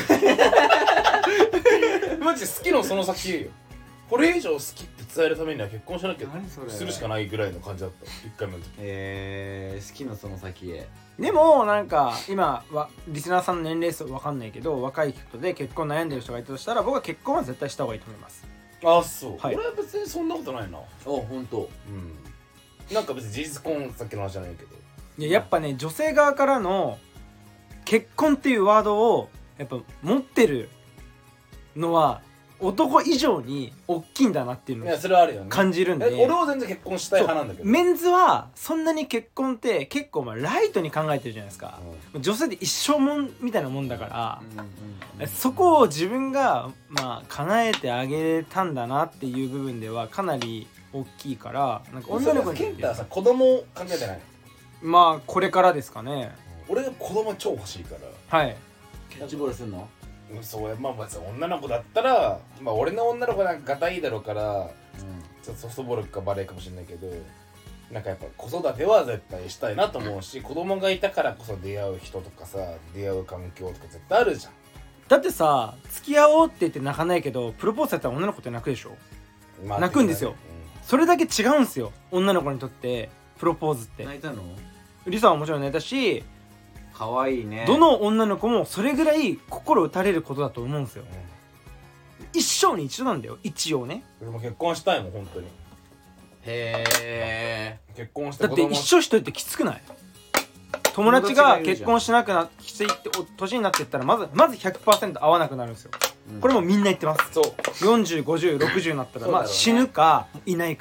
マジで好きのその先よ。これ以上好きって伝えるためには結婚しなきゃするしかないぐらいの感じだったいっかいめの時。 えー、好きのその先へ。 でもなんか今はリスナーさんの年齢層分かんないけど若い人で結婚悩んでる人がいたとしたら僕は結婚は絶対した方がいいと思います。 ああそう、はい、俺は別にそんなことないな。あ本当。 うんなんか別に事実婚さっきの話じゃないけどいややっぱね女性側からの結婚っていうワードをやっぱ持ってるのは男以上に大きいんだなっていうのを感じるんで。 俺は全然結婚したい派なんだけどメンズはそんなに結婚って結構まあライトに考えてるじゃないですか、うん、女性って一生もんみたいなもんだから、うんうんうん、そこを自分がまあ叶えてあげたんだなっていう部分ではかなり大きいからなんか女の子にケンタはさ子供を考えてない。 まあこれからですかね。 俺子供超欲しいからはいキャッチボールすんの？ そうやまあ別に女の子だったらまあ俺の女の子なんかガタイだろうから、うん、ちょっとソフトボールかバレーかもしれないけどなんかやっぱ子育ては絶対したいなと思うし子供がいたからこそ出会う人とかさ出会う環境とか絶対あるじゃん。 だってさ付き合おうって言って泣かないけどプロポーズされたら女の子って泣くでしょ、まあ、泣くんですよ、うん、それだけ違うんですよ女の子にとってプロポーズって。 泣いたの？ リサはもちろん泣いたしかわいいね。 どの女の子もそれぐらい心打たれることだと思うんですよ、うん、一生に一度なんだよ一応ね。 でも結婚したいもん本当に。 へえ。 結婚してだって一生一人ってきつくない？友達が結婚しなくなきついって年になっていったらまずまず ひゃくパーセント 会わなくなるんですよ、うん、これもみんな言ってます。そうよんじゅう、ごじゅう、ろくじゅうになったらまあ死ぬかいないか。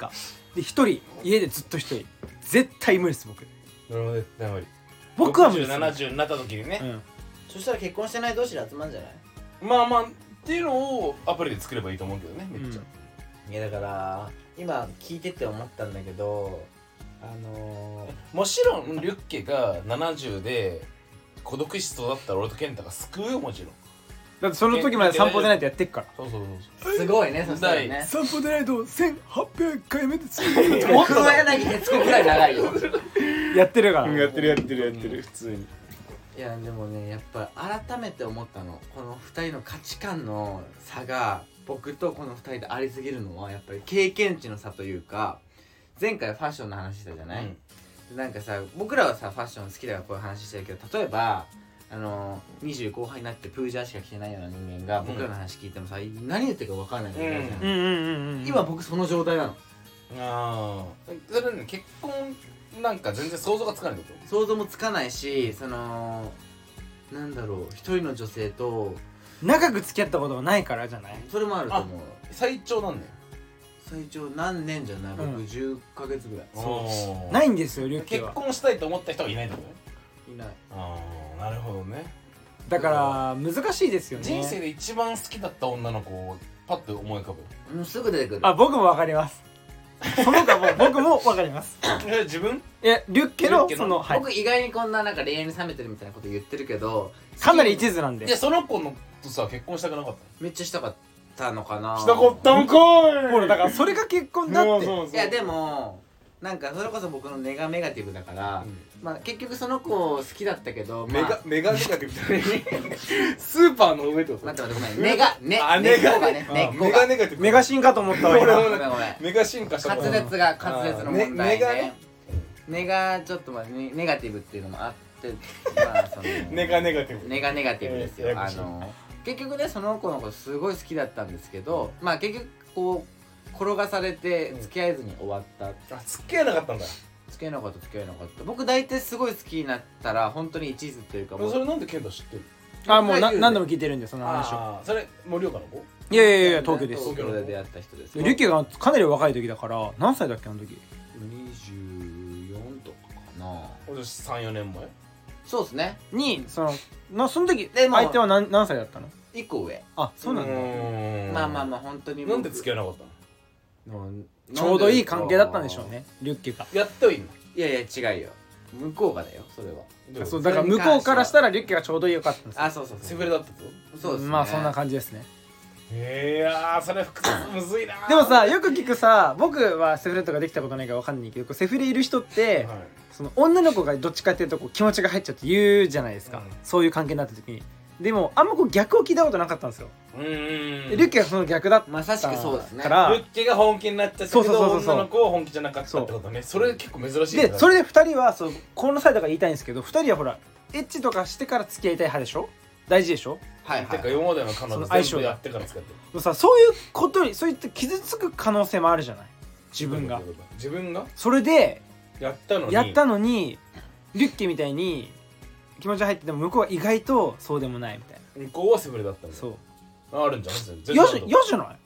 で一人家でずっと一人絶対無理です僕。 俺も絶対無理。 僕は無理です、 ろくじゅうななじゅうになった時にね、うん、 そしたら結婚してない同士で集まるんじゃない？ まあまあっていうのをアプリで作ればいいと思うけどね、めっちゃ、 うん、いやだから今聞いてて思ったんだけど、あのー、もちろんリュッケがななじゅうで孤独死そうだったら俺と健太が救うよ、もちろん。 だってその時まで散歩でないとやってっから。 そうそうそう、 すごいね。そしたらね、 散歩でないとせんはっぴゃくかいめです僕は柳徹子くらい長いよやってるから。 やってるやってるやってる、普通に。 いやでもね、やっぱ改めて思ったの、このふたりの価値観の差が僕とこのふたりでありすぎるのはやっぱり経験値の差というか、前回ファッションの話したじゃない、うん、なんかさ、僕らはさファッション好きだからこういう話してるけど、例えばあのにじゅう後半になってプージャーしか着てないような人間が僕らの話聞いてもさ、うん、何言ってるか分からないみたいな、今僕その状態なの。 ああ、それね、結婚なんか全然想像がつかないってこと？ 想像もつかないし、そのなんだろう、一人の女性と長く付き合ったことがないからじゃない？ それもあると思う。 最長何年？ 最長何年じゃない、僕、うん、じゅっかげつぐらい。 そうないんですよ、リュッケは。 結婚したいと思った人はいないってことね。 いない。 ああ、なるほどね。 だから難しいですよね。 人生で一番好きだった女の子をパッと思い浮かぶ？ うん、すぐ出てくる。 あ、僕もわかります。その他も僕もわかります。 え、自分？ いや、リュッケのその、 はい、僕意外にこんななんか恋愛に冷めてるみたいなこと言ってるけど、 かなり一途なんで。 いや、その子のとさ結婚したくなかった？ めっちゃしたかったのかな。 したかったんかーい。 ほら、だからそれが結婚だって。 いやでもなんかそれこそ僕の根がネガティブだから、うん、まあ結局その子好きだったけど、 メガメガネガティブみたいにスーパーの上ってこと？ 待って待って、ごめん、ネガネあネガね、 メガネガティブ、メガ進化と思ったわ。 ごめんごめん、 メガ進化した。 滑舌が滑舌の問題で、ネガちょっとまあネガティブっていうのもあって、まあそのネガネガティブ、 ネガネガティブですよ。あの結局ね、その子のことすごい好きだったんですけど、まあ結局こう転がされて付き合えずに終わった。 あ、付き合えなかったんだ。 付き合えなかった付き合えなかった。僕大体すごい好きになったら本当に一途というか、 それなんでケンタ知ってる？ あ、もうな何度も聞いてるんで、その話を。 あ、それ盛岡の子？ いやいやいや、東京です。 東京で出会った人です。 リュッケがかなり若い時だから、何歳だっけあの時？ にじゅうよんとかかな。 俺さん、よねんまえ？ そうですね。 に、そのなその時相手は何何歳だったの？ いっこ上。 あ、そうなんだ。 まあまあまあ本当に。 なんで付き合えなかったの？ちょうどいい関係だったんでしょうね、リュッケが。 やってはいいの？ いやいや違うよ、向こうがだよ、それは。 そうだから向こうからしたらリュッケがちょうどよかったんですよ。 あ、そうそうそう、 セフレだったと。 そうですね。 まあそんな感じですね。 へえ、いやー、それ複雑、むずいな。 でもさ、よく聞くさ、僕はセフレとかできたことないからわかんないけど、セフレいる人って、はい、その女の子がどっちかっていうとこう気持ちが入っちゃって言うじゃないですか、うん、そういう関係になった時に。でもあんまこう逆を聞いたことなかったんですよ。うんうん、リュッケがその逆だった。 まさしくそうですね。 リュッケが本気になっちゃったけど、女の子は本気じゃなかったってことね。それ結構珍しい。 でそれでふたりはそう、この際だから言いたいんですけど、ふたりはほらエッチとかしてから付き合いたい派でしょ。大事でしょ。 はいはい。てか今までの彼女全部やってから付き合ってる。 さ、そういうことにそういった傷つく可能性もあるじゃない。自分が自分がそれでやったのにやったのにリュッケみたいに気持ち入ってても向こうは意外とそうでもないみたいな。 向こうはセフレだったんだ。そう。あるんじゃん。 嫌じゃ嫌じゃない？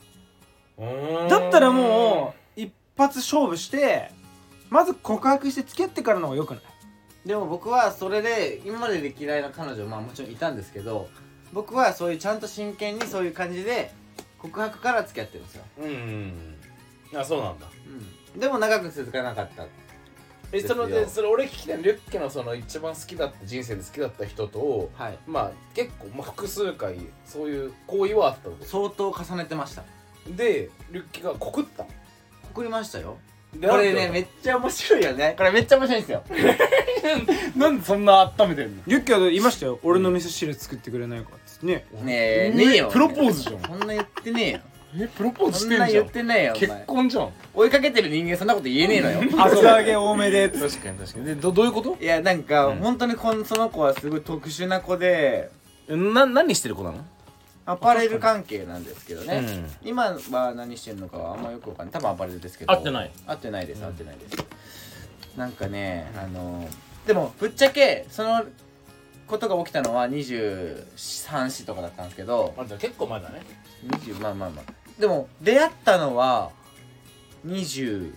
だったらもう一発勝負してまず告白して付き合ってからの方がよくない？ でも僕はそれで今までで嫌いな彼女まあもちろんいたんですけど、僕はそういうちゃんと真剣にそういう感じで告白から付き合ってるんですよ。うん。 あ、そうなんだ。 うん。でも長く続かなかった。 え、そのでそれ俺聞きたい。リュッケのその一番好きだった人生で好きだった人と、はい、まあ結構、まあ、複数回そういう行為はあったの？ 相当重ねてました。 でリュッケが告った？ 告りましたよ。これねめっちゃ面白いよね。これめっちゃ面白いんですよ。 なんでそんな温めてんの？ リュッケは言いましたよ。俺の味噌汁作ってくれないかっつってね。 ねえねえよ。 プロポーズじゃん。 そんな言ってねえよ。 え、プロポーズしてんじゃん。 そんな言ってねえよ。 結婚じゃん。 追いかけてる人間そんなこと言えねえのよ。 厚揚げ多めで。 確かに確かに。で、どどういうこと？ いやなんか、うん、本当にこのその子はすごい特殊な子で、 な何してる子なの？ アパレル関係なんですけどね、うん、今は何してるのかはあんまよくわかんない。多分アパレルですけど。 合ってない。 合ってないです、合ってないです。なんかね、あのでもぶっちゃけそのことが起きたのはにじゅうさん、よんとかだったんですけど。 あ、じゃあ結構前だね。 にじゅう、まあまあまあ。でも出会ったのはにじゅ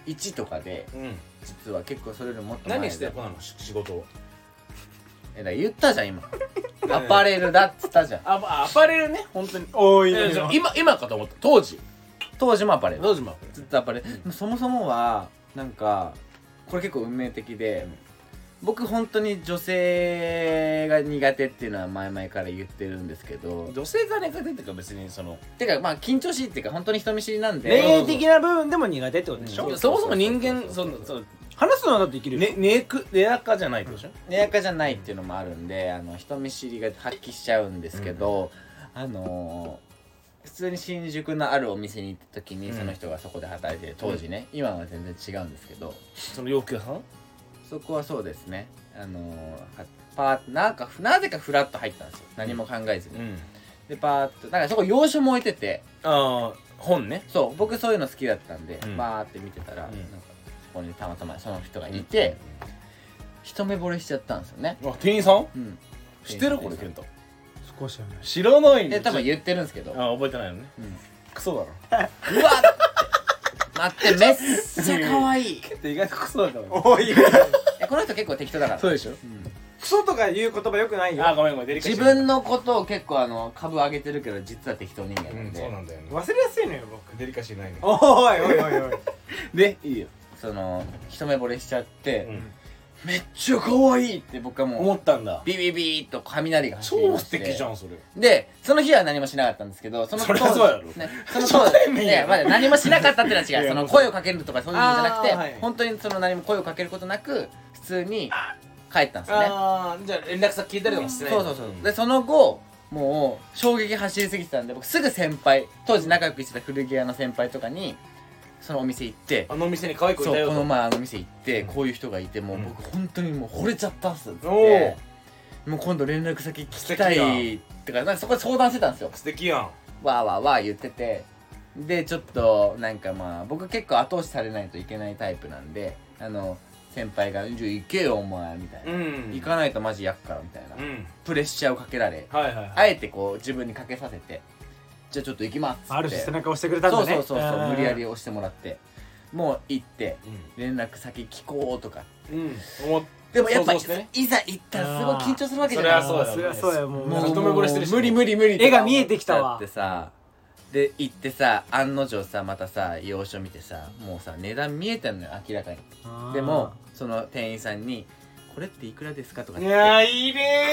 いちとかで、うん、実は結構それよりもっと前で何してる子なの仕事を。 えだ言ったじゃん今アパレルだっつったじゃん。 あアパレルね本当に多いね。 今今かと思った当時当時もアパレル当時もアパレルずっとアパレル、うん、そもそもはなんかこれ結構運命的で、僕本当に女性が苦手っていうのは前々から言ってるんですけど、 女性が苦手っていうか別にそのてかまあ緊張しいっていうか本当に人見知りなんで恋愛的な部分でも苦手ってことでしょ、 うん、そもそも人間そのその話すのはだってできるよ、 ね、ネクレアカじゃないでしょ、 レアカじゃないっていうのもあるんで、あの人見知りが発揮しちゃうんですけど、うん、あのー、普通に新宿のあるお店に行った時にその人がそこで働いてる当時ね、うん、今は全然違うんですけど、 その洋服屋さんそこはそうですね、あのー、パーなんかなぜかフラッと入ったんですよ、何も考えずに、うん、でパーッとなんかそこ洋書も置いてて、 ああ本ね、 そう僕そういうの好きだったんで、うん、バーって見てたら、うん、なんかそこにたまたまその人がいて、うん、一目惚れしちゃったんですよね。 あ店員さん、うん、知ってるこれケンタ少しはね知らないんで多分言ってるんですけど、 あ覚えてないのね、うん、クソだろうわ待ってめっちゃ可愛いケンタ意外とクソだからおいこの人結構適当だからそうでしょ、うん、 クソとか言う言葉よくないよ。 あごめんごめんデリカシー自分のことを結構あの株上げてるけど実は適当人間なんで、 うん、そうなんだよね忘れやすいのよ僕デリカシーないのおいおいおいおいでいいよその一目惚れしちゃって、うん、めっちゃ可愛いって僕はもう思ったんだ。 ビビビーっと雷が走りまして、 超素敵じゃんそれでその日は何もしなかったんですけど、そのそりゃそうやろ、 ね、その当時いや、まだ何もしなかったってのは違うその声をかけるとかそういうのじゃなくて、はい、本当にその何も声をかけることなく普通に帰ったんですよね。 あじゃあ連絡先聞いたりとかしてない、 そうそうそう、うん、でその後もう衝撃走りすぎてたんで僕すぐ先輩当時仲良くしてた古着屋の先輩とかにそのお店行って、 あのお店に可愛い子いたよと、 そうこの前あの店行って、うん、こういう人がいてもう僕本当にもう惚れちゃったっすってってもう今度連絡先聞きたいってかなんかそこで相談してたんですよ。 素敵やんわーわーわー言ってて、でちょっとなんかまあ僕結構後押しされないといけないタイプなんで、あの先輩が「じゃあ行けよお前」みたいな、うん、行かないとマジやっからみたいな、うん、プレッシャーをかけられ、はいはいはい、あえてこう自分にかけさせてじゃあちょっと行きますってある種背中押してくれたんだね。 そうそうそうそう無理やり押してもらってもう行って連絡先聞こうとか、うん、でもやっぱ、ね、いざ行ったらすごい緊張するわけじゃない。 そりゃそうだよ、ね、 そりゃそうやもうもう一目惚れしてるし無理無理無理絵が見えてきたわってさで行ってさ案の定さまたさ洋書見てさもうさ値段見えてんのよ明らかに。でもその店員さんにこれっていくらですかとかっていやいいね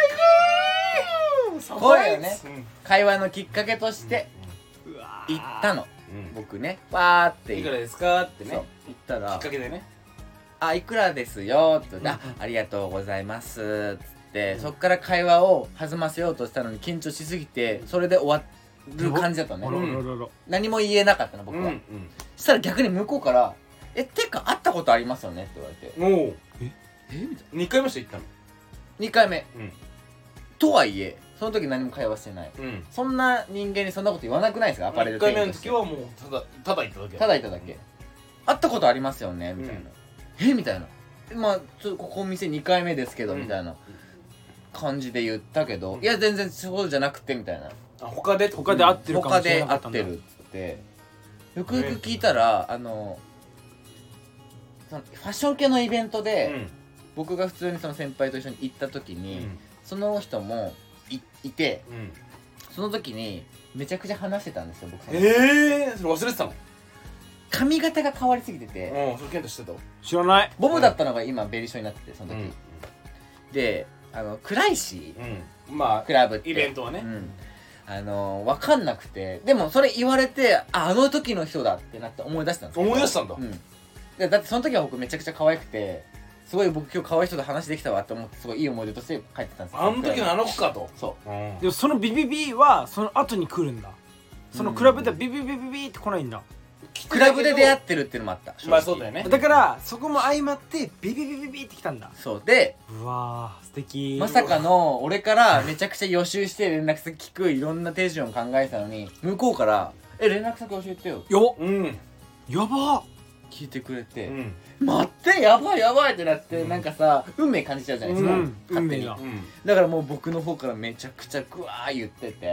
ーこういうね、うん、会話のきっかけとして行ったの、うん、僕ねわーっていくらですかってね行ったらきっかけでねあいくらですよって言って、うん、あ, ありがとうございますっつって、うん、そっから会話を弾ませようとしたのに緊張しすぎてそれで終わる感じだったのね、うん、何も言えなかったの僕は、うんうん、そしたら逆に向こうからえてか会ったことありますよねって言われておおええみたいなにかいめして行ったのにかいめ、うん、とはいえその時何も会話してない、うん、そんな人間にそんなこと言わなくないですかアパレル店員として。 いっかいめの時はもうただただ行っただけただ行っただけ、うん、会ったことありますよねみたいな、うん、えみたいなまあちょっとここお店にかいめですけど、うん、みたいな感じで言ったけど、うん、いや全然そうじゃなくてみたいなあ他で他で会ってるかもしれなかったんだ他で会ってるっつってよくよく聞いたらあのそのファッション系のイベントで、うん、僕が普通にその先輩と一緒に行った時に、うん、その人も い, いて、うん、その時にめちゃくちゃ話してたんですよ僕。 ええー、それ忘れてたの。 髪型が変わりすぎてて、 うん、それケント知ってた。 知らない。 ボブだったのが今ベリーショーになっててその時、うん、であの暗いし、 うん、まあクラブってイベントはね、うん、 あの分かんなくてでもそれ言われてああの時の人だってなって思い出したんですよ。 思い出したんだ、うん、 でだってその時は僕めちゃくちゃ可愛くてすごい僕今日可愛い人と話できたわって思ってすごいいい思い出として帰ってたんですよ。 あの時のあの子かと。 そう、うん、 でもそのビビビはその後に来るんだ。そのクラブではビビビビビって来ないんだ。 クラブで出会ってるっていうのもあった。 まあそうだよね。 だからそこも相まってビビビビビって来たんだ。 そうでうわー素敵。 まさかの俺からめちゃくちゃ予習して連絡先聞くいろんな手順を考えてたのに向こうからえ連絡先教えてよようんやば聞いてくれて、うん、待ってやばいやばいってなって、うん、なんかさ運命感じちゃうじゃないですか、うん、勝手に、うん、だからもう僕の方からめちゃくちゃグワー言ってて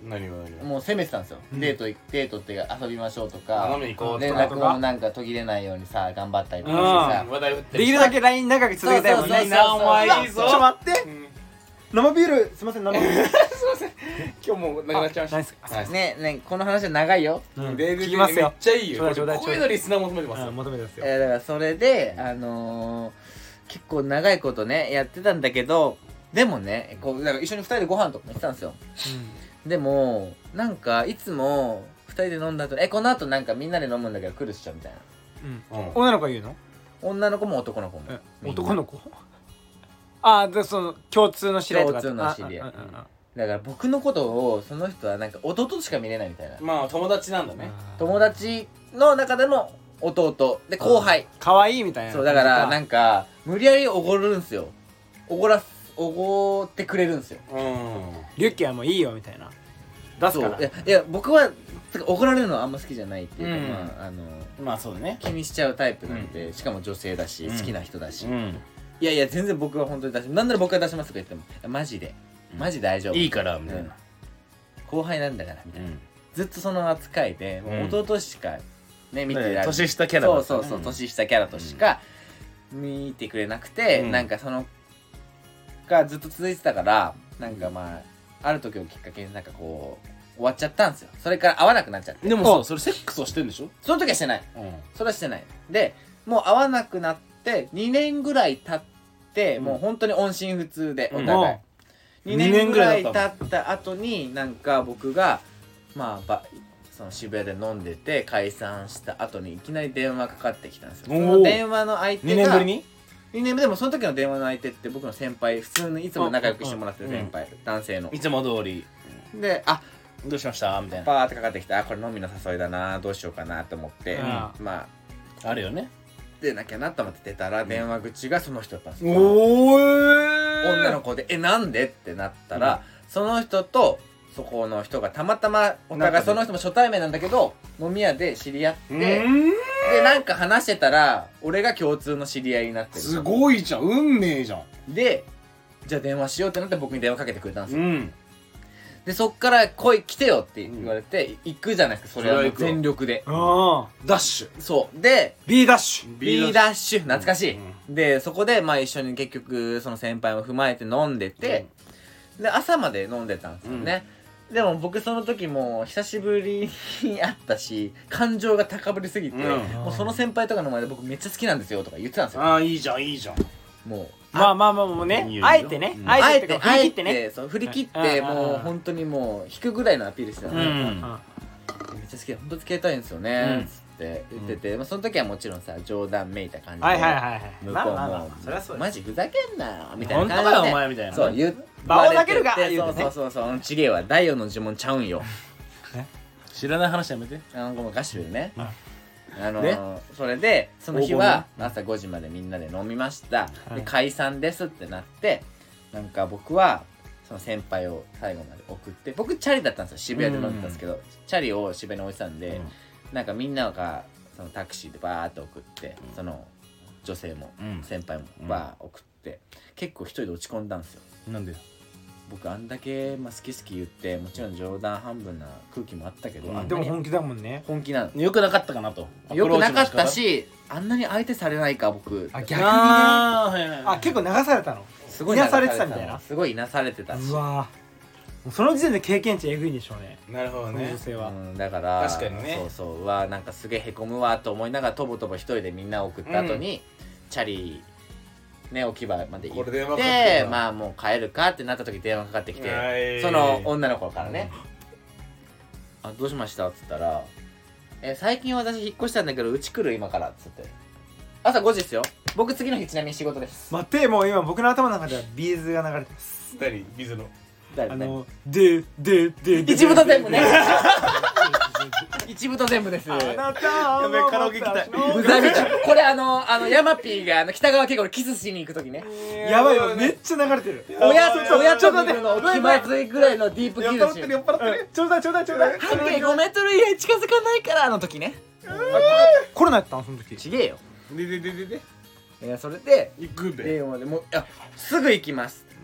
何が何がもう攻めてたんですよ、 うん、 デートデートって遊びましょうとか飲みに行こうとか連絡もなんか途切れないようにさ頑張ったりとかしてさ話題振ってできるだけ ライン 長く続けたいもんね。 いいなお前いいぞちょっと待って、うん、生ビールすいません生ビールすいません今日もうなくなっちゃいましたねねこの話は長いよ、 うん、 聞きますよ。 めっちゃいいよ。 ちょうだいちょうだいこういうのリスナー求めてますよ。 求めてますよ。 えー、だからそれであのー、結構長いことねやってたんだけどでもねこうだから一緒にふたりでご飯とかも行ってたんですよ、うん、でもなんかいつもふたりで飲んだ後えこの後なんかみんなで飲むんだけど来るっしょみたいな、 うんうん、女の子が言うの？ 女の子も男の子も男の子？あでその共通の知り合いとか共通の知り合いだから僕のことをその人はなんか弟しか見れないみたいなまあ友達なんだね友達の中でも弟で後輩可愛いみたいなそうだからなんか無理やりおごるんすよおごらすおごってくれるんですようんリュッキーはもういいよみたいな出すからいやいや僕はおごられるのはあんま好きじゃないっていうか、うん、まああのまあそうだね気にしちゃうタイプなんで、うん、しかも女性だし、うん、好きな人だし、 うん、 いやいや全然僕は本当に出しなんなら僕が出しますとか言ってもマジでマジ大丈夫いいからみたいな、うん、 後輩なんだからみたいな、うん、ずっとその扱いでもう弟しかね見てられ年下キャラそうそうそう、うん、年下キャラとしか見てくれなくて、うん、なんかそのがずっと続いてたからなんかまあある時をきっかけになんかこう終わっちゃったんですよそれから会わなくなっちゃってでもさそれセックスをしてんでしょその時はしてない、うん、それはしてないでもう会わなくなってにねんぐらい経って、うん、もう本当に音信不通でお互い、うん、にねんぐらい経った後になんか僕がまあばその渋谷で飲んでて解散した後にいきなり電話かかってきたんですよその電話の相手がにねんぶりににねんでもその時の電話の相手って僕の先輩普通にいつも仲良くしてもらってる先輩、うん、男性のいつも通りであどうしましたみたいなパーってかかってきてあこれ飲みの誘いだなどうしようかなと思って、うん、まああるよね出なきゃなと思って出たら電話口がその人だったんですよ、 うん、おー女の子でえなんでってなったら、うん、その人とそこの人がたまたまお互いその人も初対面なんだけど飲み屋で知り合ってでなんか話してたら俺が共通の知り合いになってるすごいじゃん運命じゃんでじゃあ電話しようってなって僕に電話かけてくれたんですよ、うん、でそっから来い来てよって言われて、うん、行くじゃないですかそれは全力であダッシュそうで B ダッシュ B ダッシュ懐かしい、うん、でそこでまあ一緒に結局その先輩も踏まえて飲んでて、うん、で朝まで飲んでたんですよね、うん、でも僕その時も久しぶりに会ったし感情が高ぶりすぎて、うん、もうその先輩とかの前で僕めっちゃ好きなんですよとか言ってたんですよああいいじゃんいいじゃんもうまあまあまあもうねあえてねあえて振り切ってねそう振り切ってもう本当にもう引くぐらいのアピールしてたのね、うん、めっちゃ好き本当付き合いたいんですよね、うんって言ってて、うんまあ、その時はもちろんさ冗談めいた感じで、 はいはいはいはい、 向こうも、まあまあまあ、そりゃそうマジふざけんなよみたいな感じで本当かよお前みたいなそう言って場を投げるがそうそうそうそうちげえわ第四の呪文ちゃうんよ知らない話やめてあのガシュでね、うんあのー、それでその日は朝ごじまでみんなで飲みました、はい、で解散ですってなってなんか僕はその先輩を最後まで送って僕チャリだったんですよ渋谷で飲んでたんですけど、うん、チャリを渋谷に置いてたんで、うんなんかみんながそのタクシーでバーって送って、うん、その女性も、うん、先輩もバー送って、うん、結構一人で落ち込んだんですよなんで僕あんだけ、まあ、好き好き言ってもちろん冗談半分な空気もあったけど、 うん、でも本気だもんね本気なのよくなかったかなとよくなかったしあんなに相手されないか僕あ逆にねあ、はいはいはい、あ結構流されたのすごいいなされてたみたいなすごいいなされてたしうわその時点で経験値えぐいんでしょうねなるほどね女性は、 うん、だから確かにねそうそううわなんかすげえへこむわと思いながらとぼとぼ一人でみんな送った後に、うん、チャリね置き場まで行ってまあもう帰るかってなった時電話かかってきてその女の子からね、うん、あどうしましたっつったらえ最近私引っ越したんだけどうち来る今からっつって朝ごじですよ僕次の日ちなみに仕事です待ってもう今僕の頭の中ではビーズが流れてます何ビーズのあのででで一部と全部ね一部と全部ですあなたやべカラオケ行きたいブザービーチこれあのあのヤマピーがあの北川景子キスしに行く時ねやばいわめっちゃ流れてる親親と見るの気まずいぐらいのディープキスし酔っ払ってる酔っ払ってるちょうだいちょうだいちょうだい半径ごメートル以内近づかないからあの時ねコロナやったのその時ちげえよでででででいやそれで行くべ電話でもういやすぐ行きます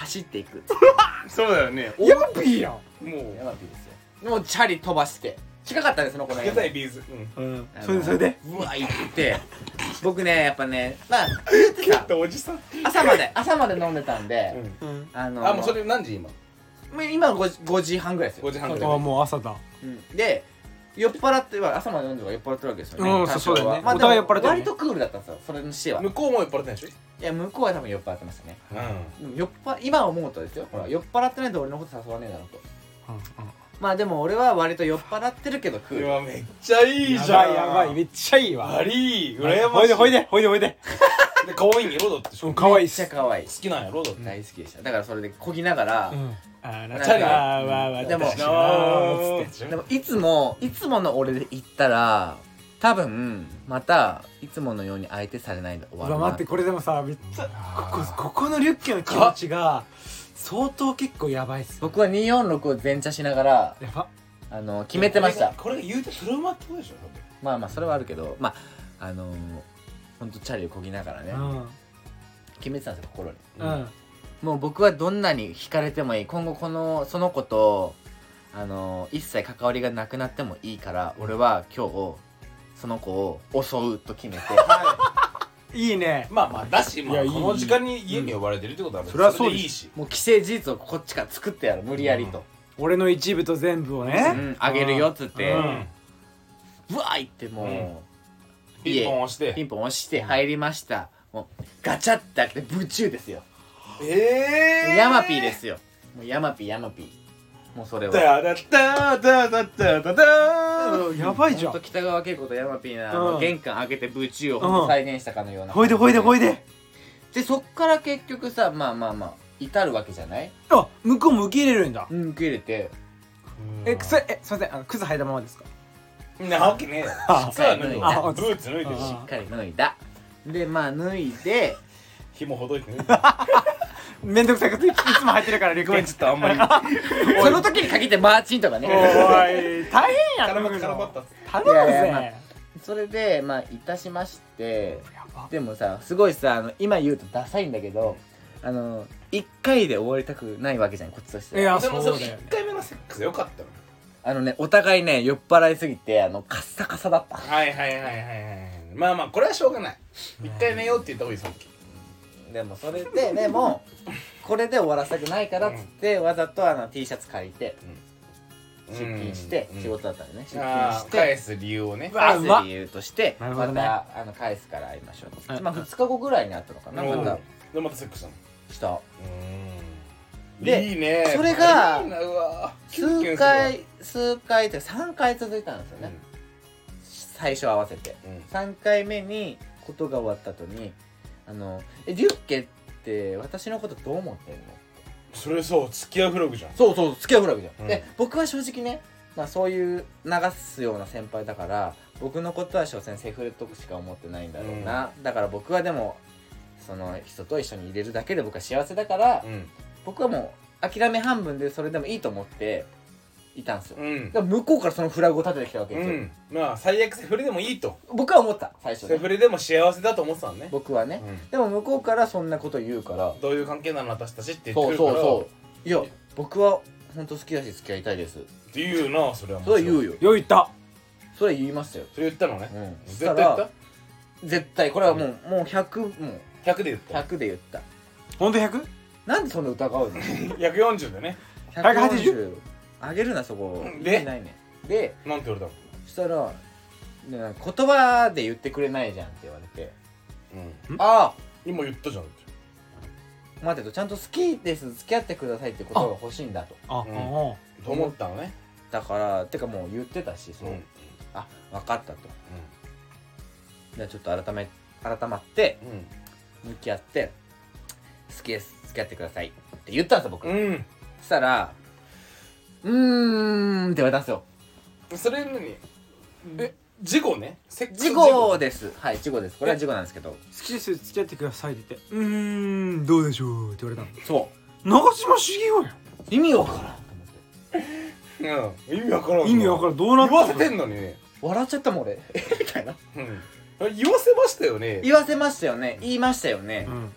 走っていくそうだよね。 ヤマピーやん。 もうヤマピーですよ。もうチャリ飛ばして近かったです、その子の家。ビーズ。 うん。それでそれでうわ行って僕ねやっぱねまあ言ってさおじさん朝まで朝まで飲んでたんで、 あのあもうそれ何時今？ 今ごじはんぐらいですよ。 ごじはんぐらい。 あもう朝だ。 で酔っ払っては朝まで飲んでは酔っ払ってるわけですよね。 うんそうだね。 まあでも割とクールだったんですよ、それにしては。 向こうも酔っ払ってないでしょ？ いや向こうは多分酔っ払ってましたね。うん酔っ払今思うとですよ、ほら酔っ払ってないと俺のこと誘わねえだろうと。まあでも俺は割と酔っ払ってるけどクール。 うわめっちゃいいじゃん。 やばいめっちゃいいわ。 ありー羨ましい。ほいでほいでほいでで可愛いんやろだって。 可愛い。 めっちゃ可愛い。 好きなんやろだって。 大好きでした。だからそれでこぎながらあなたがでもでもいつもいつもの俺で行ったら多分またいつものように相手されないで終わるな。 待ってこれでもさめっちゃここここのリュッケの気持ちが相当結構やばいっす。 僕はにーよんろくを前茶しながらやばあの決めてました。 これが言うてトラウマってことでしょ。 まあまあそれはあるけどまああのほんとチャリをこぎながらね決めてたんですよ心に。うんもう僕はどんなに惹かれてもいい、今後このその子とあの一切関わりがなくなってもいいから俺は今日その子を襲うと決めていいね。 まあまあだし、まあ、この時間に家に呼ばれてるってことはそれはそうでいいし、 もう既成事実をこっちから作ってやる無理やりと、 俺の一部と全部をねあげるよっつってうわーいってもうピンポン押してピンポン押して入りました。もうガチャって開けてブチューですよ。 ええー、 ヤマピーですよ。もうヤマピーヤマピー。もうそれは。 ダダダダダダダダー。やばいじゃん。 北川景子とヤマピーな、うん、玄関開けてブチューをほんと再現したかのような。 ほいでほいでほいで。 でそっから結局さまあまあまあ至るわけじゃない？ あ向こうも受け入れるんだ。 うん受け入れて。 えそれえすいませんあの靴履いたままですか？ なわけねえよ。靴は脱いだ。ブーツ脱いでるし。 しっかり脱いだ。でまあ脱いで。 紐ほどいてね。 めんどくさいこといつも入ってるからリクエストあんまりその時に限ってマーチンとかねおい大変やん。 絡まった絡まった頼むぜ。 それでまあいたしましてでもさすごいさあの今言うとダサいんだけどあのいっかいで終わりたくないわけじゃんこっちとしては。 いやそうだよね。 いっかいめのセックスよかったの。 あのねお互いね酔っ払いすぎてあのカッサカサだった。 はいはいはいはいはいまあまあこれはしょうがない。いっかい寝ようって言った方がいいさっき。 でもそれででもこれで終わらせたくないからっつって、うん、わざとあの T シャツ借りて、うん、出勤して、うん、仕事だったらね出勤して返す理由をね返す理由としてまた、ね、あの返すから会いましょう、うん、まあふつかごぐらいにあったのかな、うん、またでまたセックスしたのしたうんでいいねそれが数回数回ってさんかい続いたんですよね、うん、最初合わせて、うん、さんかいめにことが終わった後にあのえリュッケって私のことどう思ってんの？ それそう付き合うフラグじゃん。 そうそう付き合うフラグじゃん、うん、で僕は正直ね、まあ、そういう流すような先輩だから僕のことは所詮セフレとしか思ってないんだろうな、うん、だから僕はでもその人と一緒に入れるだけで僕は幸せだから、うん、僕はもう諦め半分でそれでもいいと思っていたんですよ、うん、でも向こうからそのフラグを立ててきたわけですよ、うん、 まあ最悪セフレでもいいと僕は思った最初、ね、 セフレでも幸せだと思ってたのね僕はね、うん、でも向こうからそんなこと言うからどういう関係なの私たちって言ってるからそうそうそういや僕は本当好きだし付き合いたいですって言うなそれはそれは言うよよ言ったそれ言いましたよそれ言ったのね、 うん、 絶対言った絶対これはもう、うん、もうひゃくもうひゃくで言ったひゃくで言った本当 ひゃく？ なんでそんな疑うのひゃくよんじゅうでねひゃくはちじゅうあげるなそこでないねでなんて言われたのそしたら、ね、言葉で言ってくれないじゃんって言われて、 うん、 ああ今言ったじゃんって待てとちゃんと好きです付き合ってくださいって言葉が欲しいんだとあ、うん、 と思ったのねだからてかもう言ってたしそう、うん、あ分かったと、うん、じゃあちょっと改め改まって、うん、向き合って好きです付き合ってくださいって言ったんですよ僕、うん、そしたらうーんって言われたんですよそれ何え事故ね事故ですはい事故ですこれは事故なんですけど好きです付き合ってくださいって言ってうーんどうでしょうって言われたのそう長嶋茂雄や意味わからんと思って、うん、意味わからん意味わからんどうなった言わせてんのにね笑っちゃったもん俺みたいな、 うん、言わせましたよね言わせましたよね言いましたよね、 うん、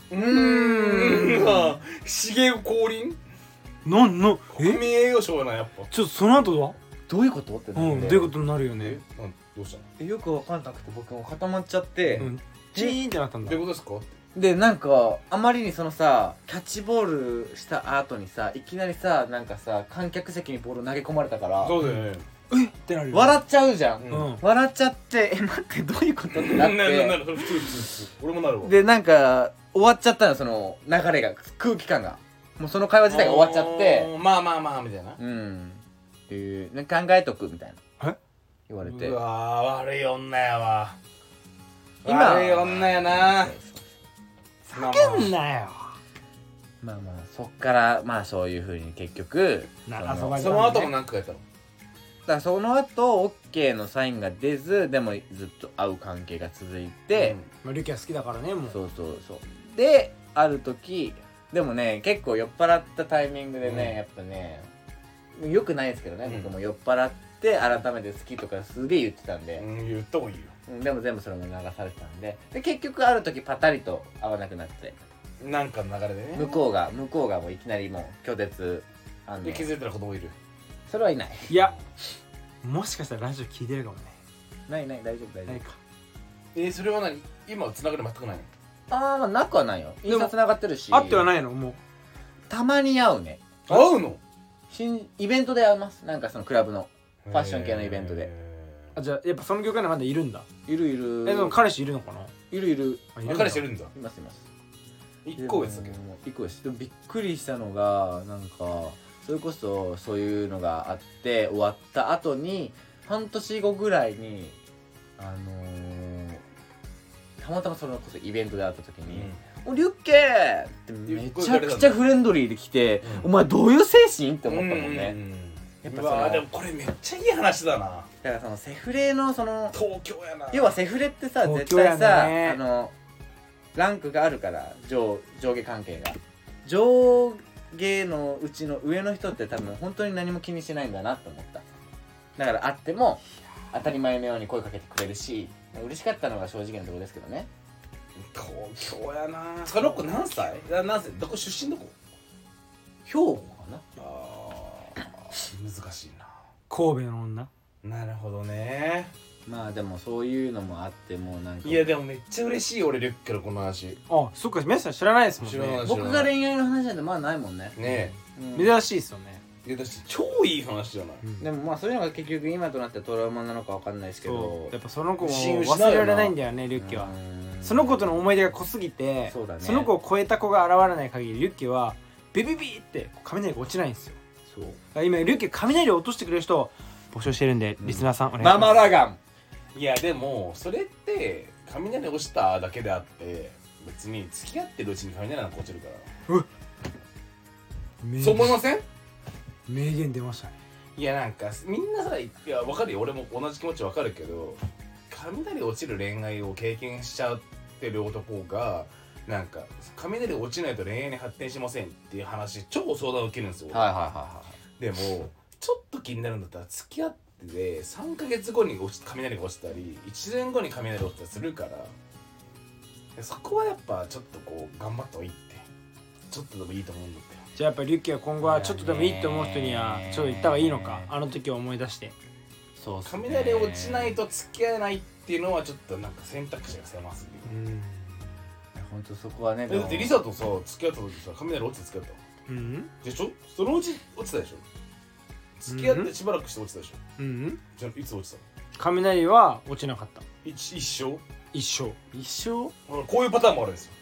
うーん茂降臨なんの国民栄誉賞やなやっぱ。 ちょっとその後はどういうことってなって、 うんどういうことになるよね。 なんどうしたの？ えよくわかんなくて僕も固まっちゃって、 うん、チーンってなったんだ。 どういうことですか？ でなんかあまりにそのさキャッチボールした後にさいきなりさなんかさ観客席にボール投げ込まれたからそうだよね。 えってなるよ。 笑っちゃうじゃん、 うんうん。 笑っちゃってえ待ってどういうことってなっなるなてる普通普通普通。俺もなるわ。 でなんか終わっちゃったのその流れが空気感がもうその会話自体が終わっちゃってあーまあまあまあみたいな。 うんっていうなんか考えとくみたいなえ言われてうわー悪い女やわ。 今悪い女やな。 叫んなよ。 まあまあそっからまあそういう風に結局なその遊ばれその後も何かやったの？ だからその後 OK のサインが出ずでもずっと会う関係が続いて、 まあリュキは好きだからねもう。 そうそうそうである時でもね結構酔っ払ったタイミングでね、 うんやっぱねよくないですけどね、 うん僕も酔っ払って改めて好きとかすげえ言ってたんで、 うん言った方がいいよ。 うんでも全部それも流されてたんでで結局ある時パタリと会わなくなってなんかの流れでね。 向こうが向こうがもういきなりもう拒絶あので気づいたら子供いる。 それはいないいやもしかしたらラジオ聞いてるかもね。 ないない大丈夫大丈ないか。 えー、それは何？今は繋がり全くないの？ 夫ああまあなくはないよインスタ繋がってるしあってはないのもう。 たまに会うね会うの？ 新イベントで会いますなんかそのクラブのファッション系のイベントでへあじゃあやっぱその業界にはまだいるんだ。 いるいるえでも彼氏いるのかな。 いるいるあいるんだー。彼氏いるんだ。 いますいます一個上ですけど。 一個ですでもびっくりしたのがなんかそれこそそういうのがあって終わった後に半年後ぐらいにあのー、たまたまそれこそイベントで会った時に「おリュッケー!」ってめちゃくちゃフレンドリーで来て「お前どういう精神?」って思ったもんね。やっぱそのうわーでもこれめっちゃいい話だな。 だからそのセフレのその東京やな。 要はセフレってさ東京や絶対さ、 ねあのランクがあるから上上下関係が上下のうちの上の人って多分本当に何も気にしないんだなと思った。だから会っても当たり前のように声かけてくれるし嬉しかったのが正直なところですけどね。 東京やな。その子何歳？あ何歳？どこ出身どこ？ 兵庫かな。 あー難しいな。 神戸の女。 なるほどね。 まあでもそういうのもあってもうなんかいやでもめっちゃ嬉しい俺リュッケのこの話。 あそっか皆さん知らないですもんね。 知らない僕が恋愛の話なんてまあないもんね。 ねうん珍しいですよね。 え。いやだし超いい話じゃない。 うんでもまあそういうのが結局今となってトラウマなのかわかんないですけそどうやっぱその子も信用しないよな忘れられないんだよねリュッケは。 うんその子との思い出が濃すぎてそうだねその子を超えた子が現れない限りリュッケはビビビって雷が落ちないんですよ。 そうだから今リュッケ雷を落としてくれる人を募集してるんで、 うんリスナーさんお願いしマます。 マラガンいやでもそれって雷落ちただけであって別に付き合ってるうちに雷なんか落ちるから名そう思いません？ 名言出ましたね。 いやなんかみんなさいや分かるよ俺も同じ気持ち分かるけど雷落ちる恋愛を経験しちゃってる男がなんか雷落ちないと恋愛に発展しませんっていう話超相談を受けるんですよ、 はいはいはいはでもちょっと気になるんだったら付き合ってでさんかげつごに落ち雷が落ちたりいちねんごに雷が落ちたりするからそこはやっぱちょっとこう頑張った方がいいってちょっとでもいいと思うんだってじゃあやっぱリュッケは今後はちょっとでもいいって思う人にはちょっと言った方がいいのか、あの時を思い出して。 そうっすね雷落ちないと付き合えないっていうのはちょっとなんか選択肢が狭すぎるうん本当そこはねだってリサとさ付き合った時さ雷落ちて付き合ったうんでしょそのうち落ちたでしょ付き合ってしばらくして落ちたでしょうんじゃあいつ落ちたの雷は落ちなかった。 一一生一生一生ほらこういうパターンもあるんですよ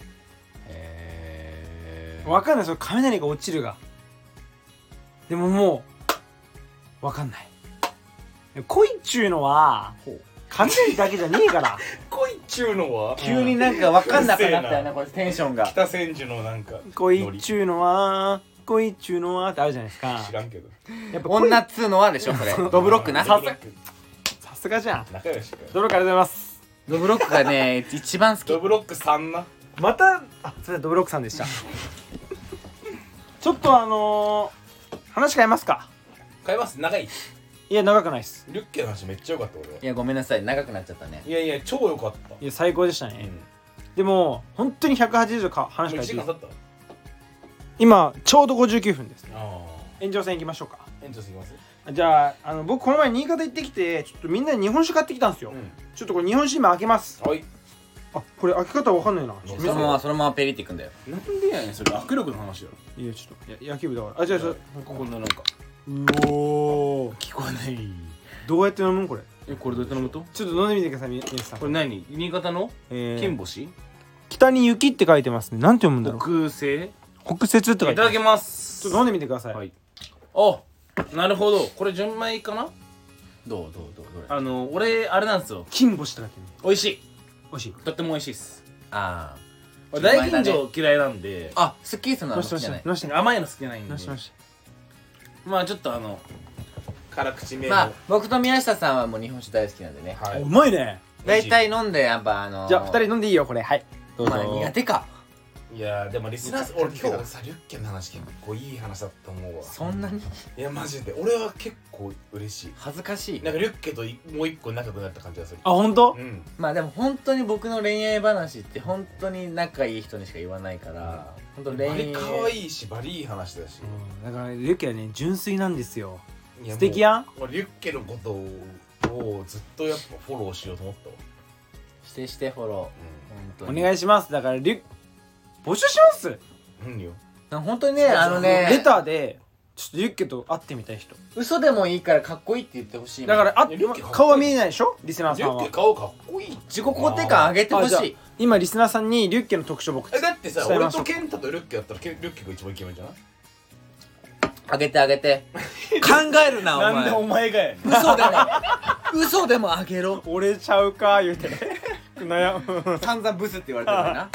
へわかんないその雷が落ちるがでももうわかんない。恋っちゅうのは雷だけじゃねえから恋っちゅうのは急になんか分かんなくなったよねこれテンションが北千住のなんか恋っちゅうのは恋っちゅうのはってあるじゃないですか。 知らんけどやっぱ恋女っつうのはでしょそれドブロックなドブロックさすがじゃん。 仲良しかよドブロックありがとうございます。 ドブロックがね一番好きドブロックさんなまたあそれはドブロックさんでしたちょっとあのー、話変えますか。 買います長いいや長くないっす。 リュッケの話めっちゃ良かった俺いやごめんなさい長くなっちゃったねいやいや超良かったいや最高でしたうね、 んでも本当にひゃくはちじゅうどか話変えていい？ 経った？ 今ちょうどごじゅうきゅうふんです。 あ延長戦いきましょうか。 延長戦いきます。 じゃあ、あの僕この前新潟行ってきてちょっとみんなに日本酒買ってきたんですよ、うん、ちょっとこれ日本酒今開けます。 はい。 あ、これ開け方わかんないな。 そのままそのままペリっていくんだよ。 なんでやねんそれ、握力の話よ。 いやちょっとや野球部だから。あ、じゃあここんななんかうおー聞こえない。 どうやって飲むんこれ？ え、これどうやって飲むと？ ちょっと飲んでみてください皆さん。 これ何？新潟の金星？ 北に雪って書いてますね。なんて読むんだろう。 北西？ 北雪って書いてます。 いただきます。 ちょっと飲んでみてください。 はい。あ、なるほど。これ純米かな？どうどうどうどれ？ あの俺あれなんですよ。 金星って書いてる。 美味しい。 美味しい。 とっても美味しいです。 ああ。大吟醸嫌いなんで。 あ、好きそうなの好きじゃない。 甘いの好きじゃないんで。 のしのし。 まあちょっとあの辛口めの。 まあ僕と宮下さんはもう日本酒大好きなんでね。 はい。うまいね。 大体飲んでやっぱあの。 じゃあふたり飲んでいいよこれ。はい。 どうぞ。まあ苦手か。 いやでもリスナー俺今日さリュッケの話結構いい話だと思うわ。 そんなに？ いやマジで俺は結構嬉しい。 恥ずかしい。 なんかリュッケともう一個仲良くなった感じがする。 あ、本当？ うん。 まあでも本当に僕の恋愛話って本当に仲いい人にしか言わないから、本当恋愛。バリ可愛いしバリいい話だし。 だからリュッケはね純粋なんですよ。素敵やん。 俺リュッケのことをずっとやっぱフォローしようと思ったわ。 してしてフォロー。お願いします。だからリュ募集します。 何よ。 本当にね、あのね、 レターでちょっとリュッケと会ってみたい人。 嘘でもいいからかっこいいって言ってほしい。 だからあ顔は見えないでしょリスナーさんは。 リュッケ顔かっこいい。 自己肯定感上げてほしい。 今リスナーさんにリュッケの特徴僕えだってさ、俺とケンタとリュッケやったらリュッケが一番イケメンじゃない？ 上げて上げて考えるなお前。 なんでお前がや。 嘘でも嘘でも上げろ。 俺ちゃうか言うて悩む。 散々ブスって言われてるな。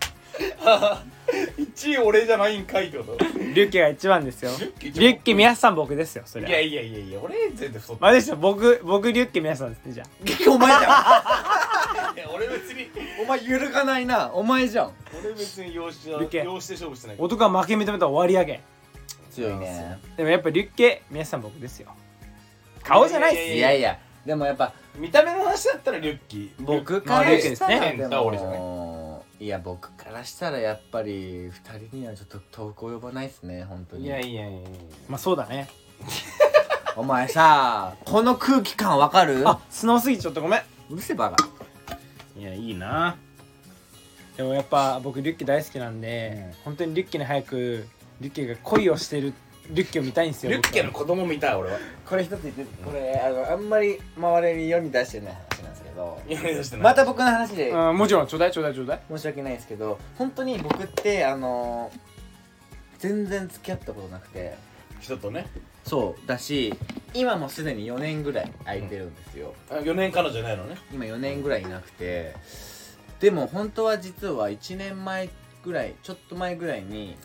いちい俺じゃないんかいってこと？ リュッケが一番ですよ。リュッケ宮下さん僕ですよそれ。 いやいやいやいや俺全然太って。 まあですよ僕僕リュッケ宮下さんですねじゃあ。お前じゃん。いや俺別にお前揺るがないなお前じゃん。 俺別に容姿容姿で勝負してない。 男は負け認めたら終わりやけん。 強いね。 でもやっぱリュッケ宮下さん僕ですよ。顔じゃないっす。 いやいやでもやっぱ見た目の話だったらリュッキー。 僕からしたらでもいや僕からしたらやっぱりふたりにはちょっと遠く及ばないっすね本当に。 いやいやいやまあそうだね。 お前さこの空気感わかる？ あ素直すぎちょっとごめん。 うるせばが。 いやいいな。 でもやっぱ僕リュッケ大好きなんで、うん、本当にリュッケに早くリュッケが恋をしてるリュッケを見たいんですよ。 リュッケの子供見たい俺は。 これ一つ言って、これあのあんまり周りに世に出してない話なんですけど、 世に出してない。 また僕の話で、 あもちろんちょうだいちょうだいちょうだい。 申し訳ないですけど、本当に僕ってあの全然付き合ったことなくて、 人とね。 そうだし、今もすでによねんぐらい空いてるんですよ。 うん、あよねん彼女いないのね。 今よねんぐらいいなくて、でも本当は実はいちねんまえぐらい、ちょっと前ぐらいに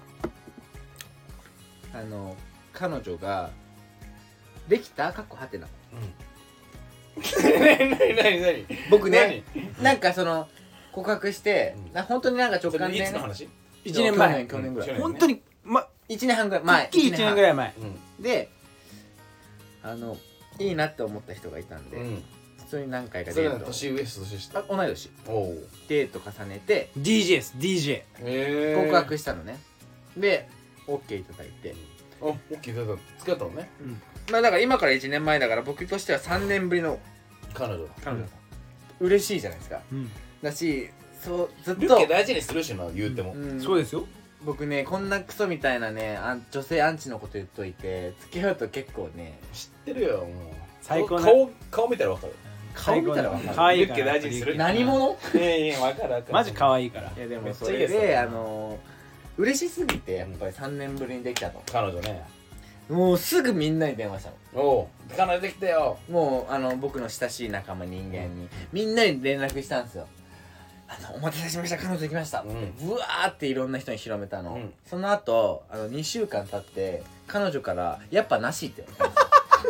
あの彼女ができたかっこはてな。 なになになになに僕ねなんかその告白して、うん、本当になんか直感で、ね、 いつの話？ いちねんまえ去年ぐらい、 うん、本当にまいちねんはんぐらい前、 いちねんぐらい前、 うん、であのいいなって思った人がいたんで、うん、普通に何回かデート。 年上年下？ 同い年。おデート重ねてディージェー です ディージェー告白したのね。で OK いただいて、 あ OK いただいた付き合ったのね。 うん、まあだから今からいちねんまえだから僕としてはさんねんぶりの彼女彼女、うん、嬉しいじゃないですか、うん、だしそうずっとリュッケ大事にするしな言うても、 うん、そうですよ。 僕ねこんなクソみたいなねあ女性アンチのこと言っといて付き合うと結構ね知ってるよもう最高な顔顔見たら分かる。 顔見たら分かる。 可愛いからリュッケ大事にする。 何者？ いやいや分かる分かる。 マジ可愛いから。 いやでもそれであの嬉しすぎてやっぱりさんねんぶりにできたと。 彼女ね。 もうすぐみんなに電話したの。 おお彼女できたよ。 もうあの僕の親しい仲間人間にみんなに連絡したんですよ。あのお待たせしました彼女できました、うん、ぶわーっていろんな人に広めたの、うん、その後あのにしゅうかん経って彼女からやっぱなしって言われ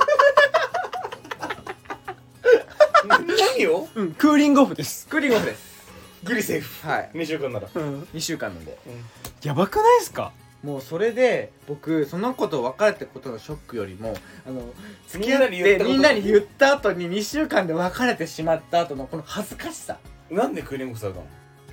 たんです何を？ うんクーリングオフです。 クーリングオフです。 グリセーフ。 はいにしゅうかんなら、 うん、にしゅうかんなんで、うん、 やばくないですか？ もうそれで僕その子と別れたことのショックよりもあの付き合ってみんなに言った後ににしゅうかんで別れてしまった後のこの恥ずかしさ。 なんでクーリングオフされたの？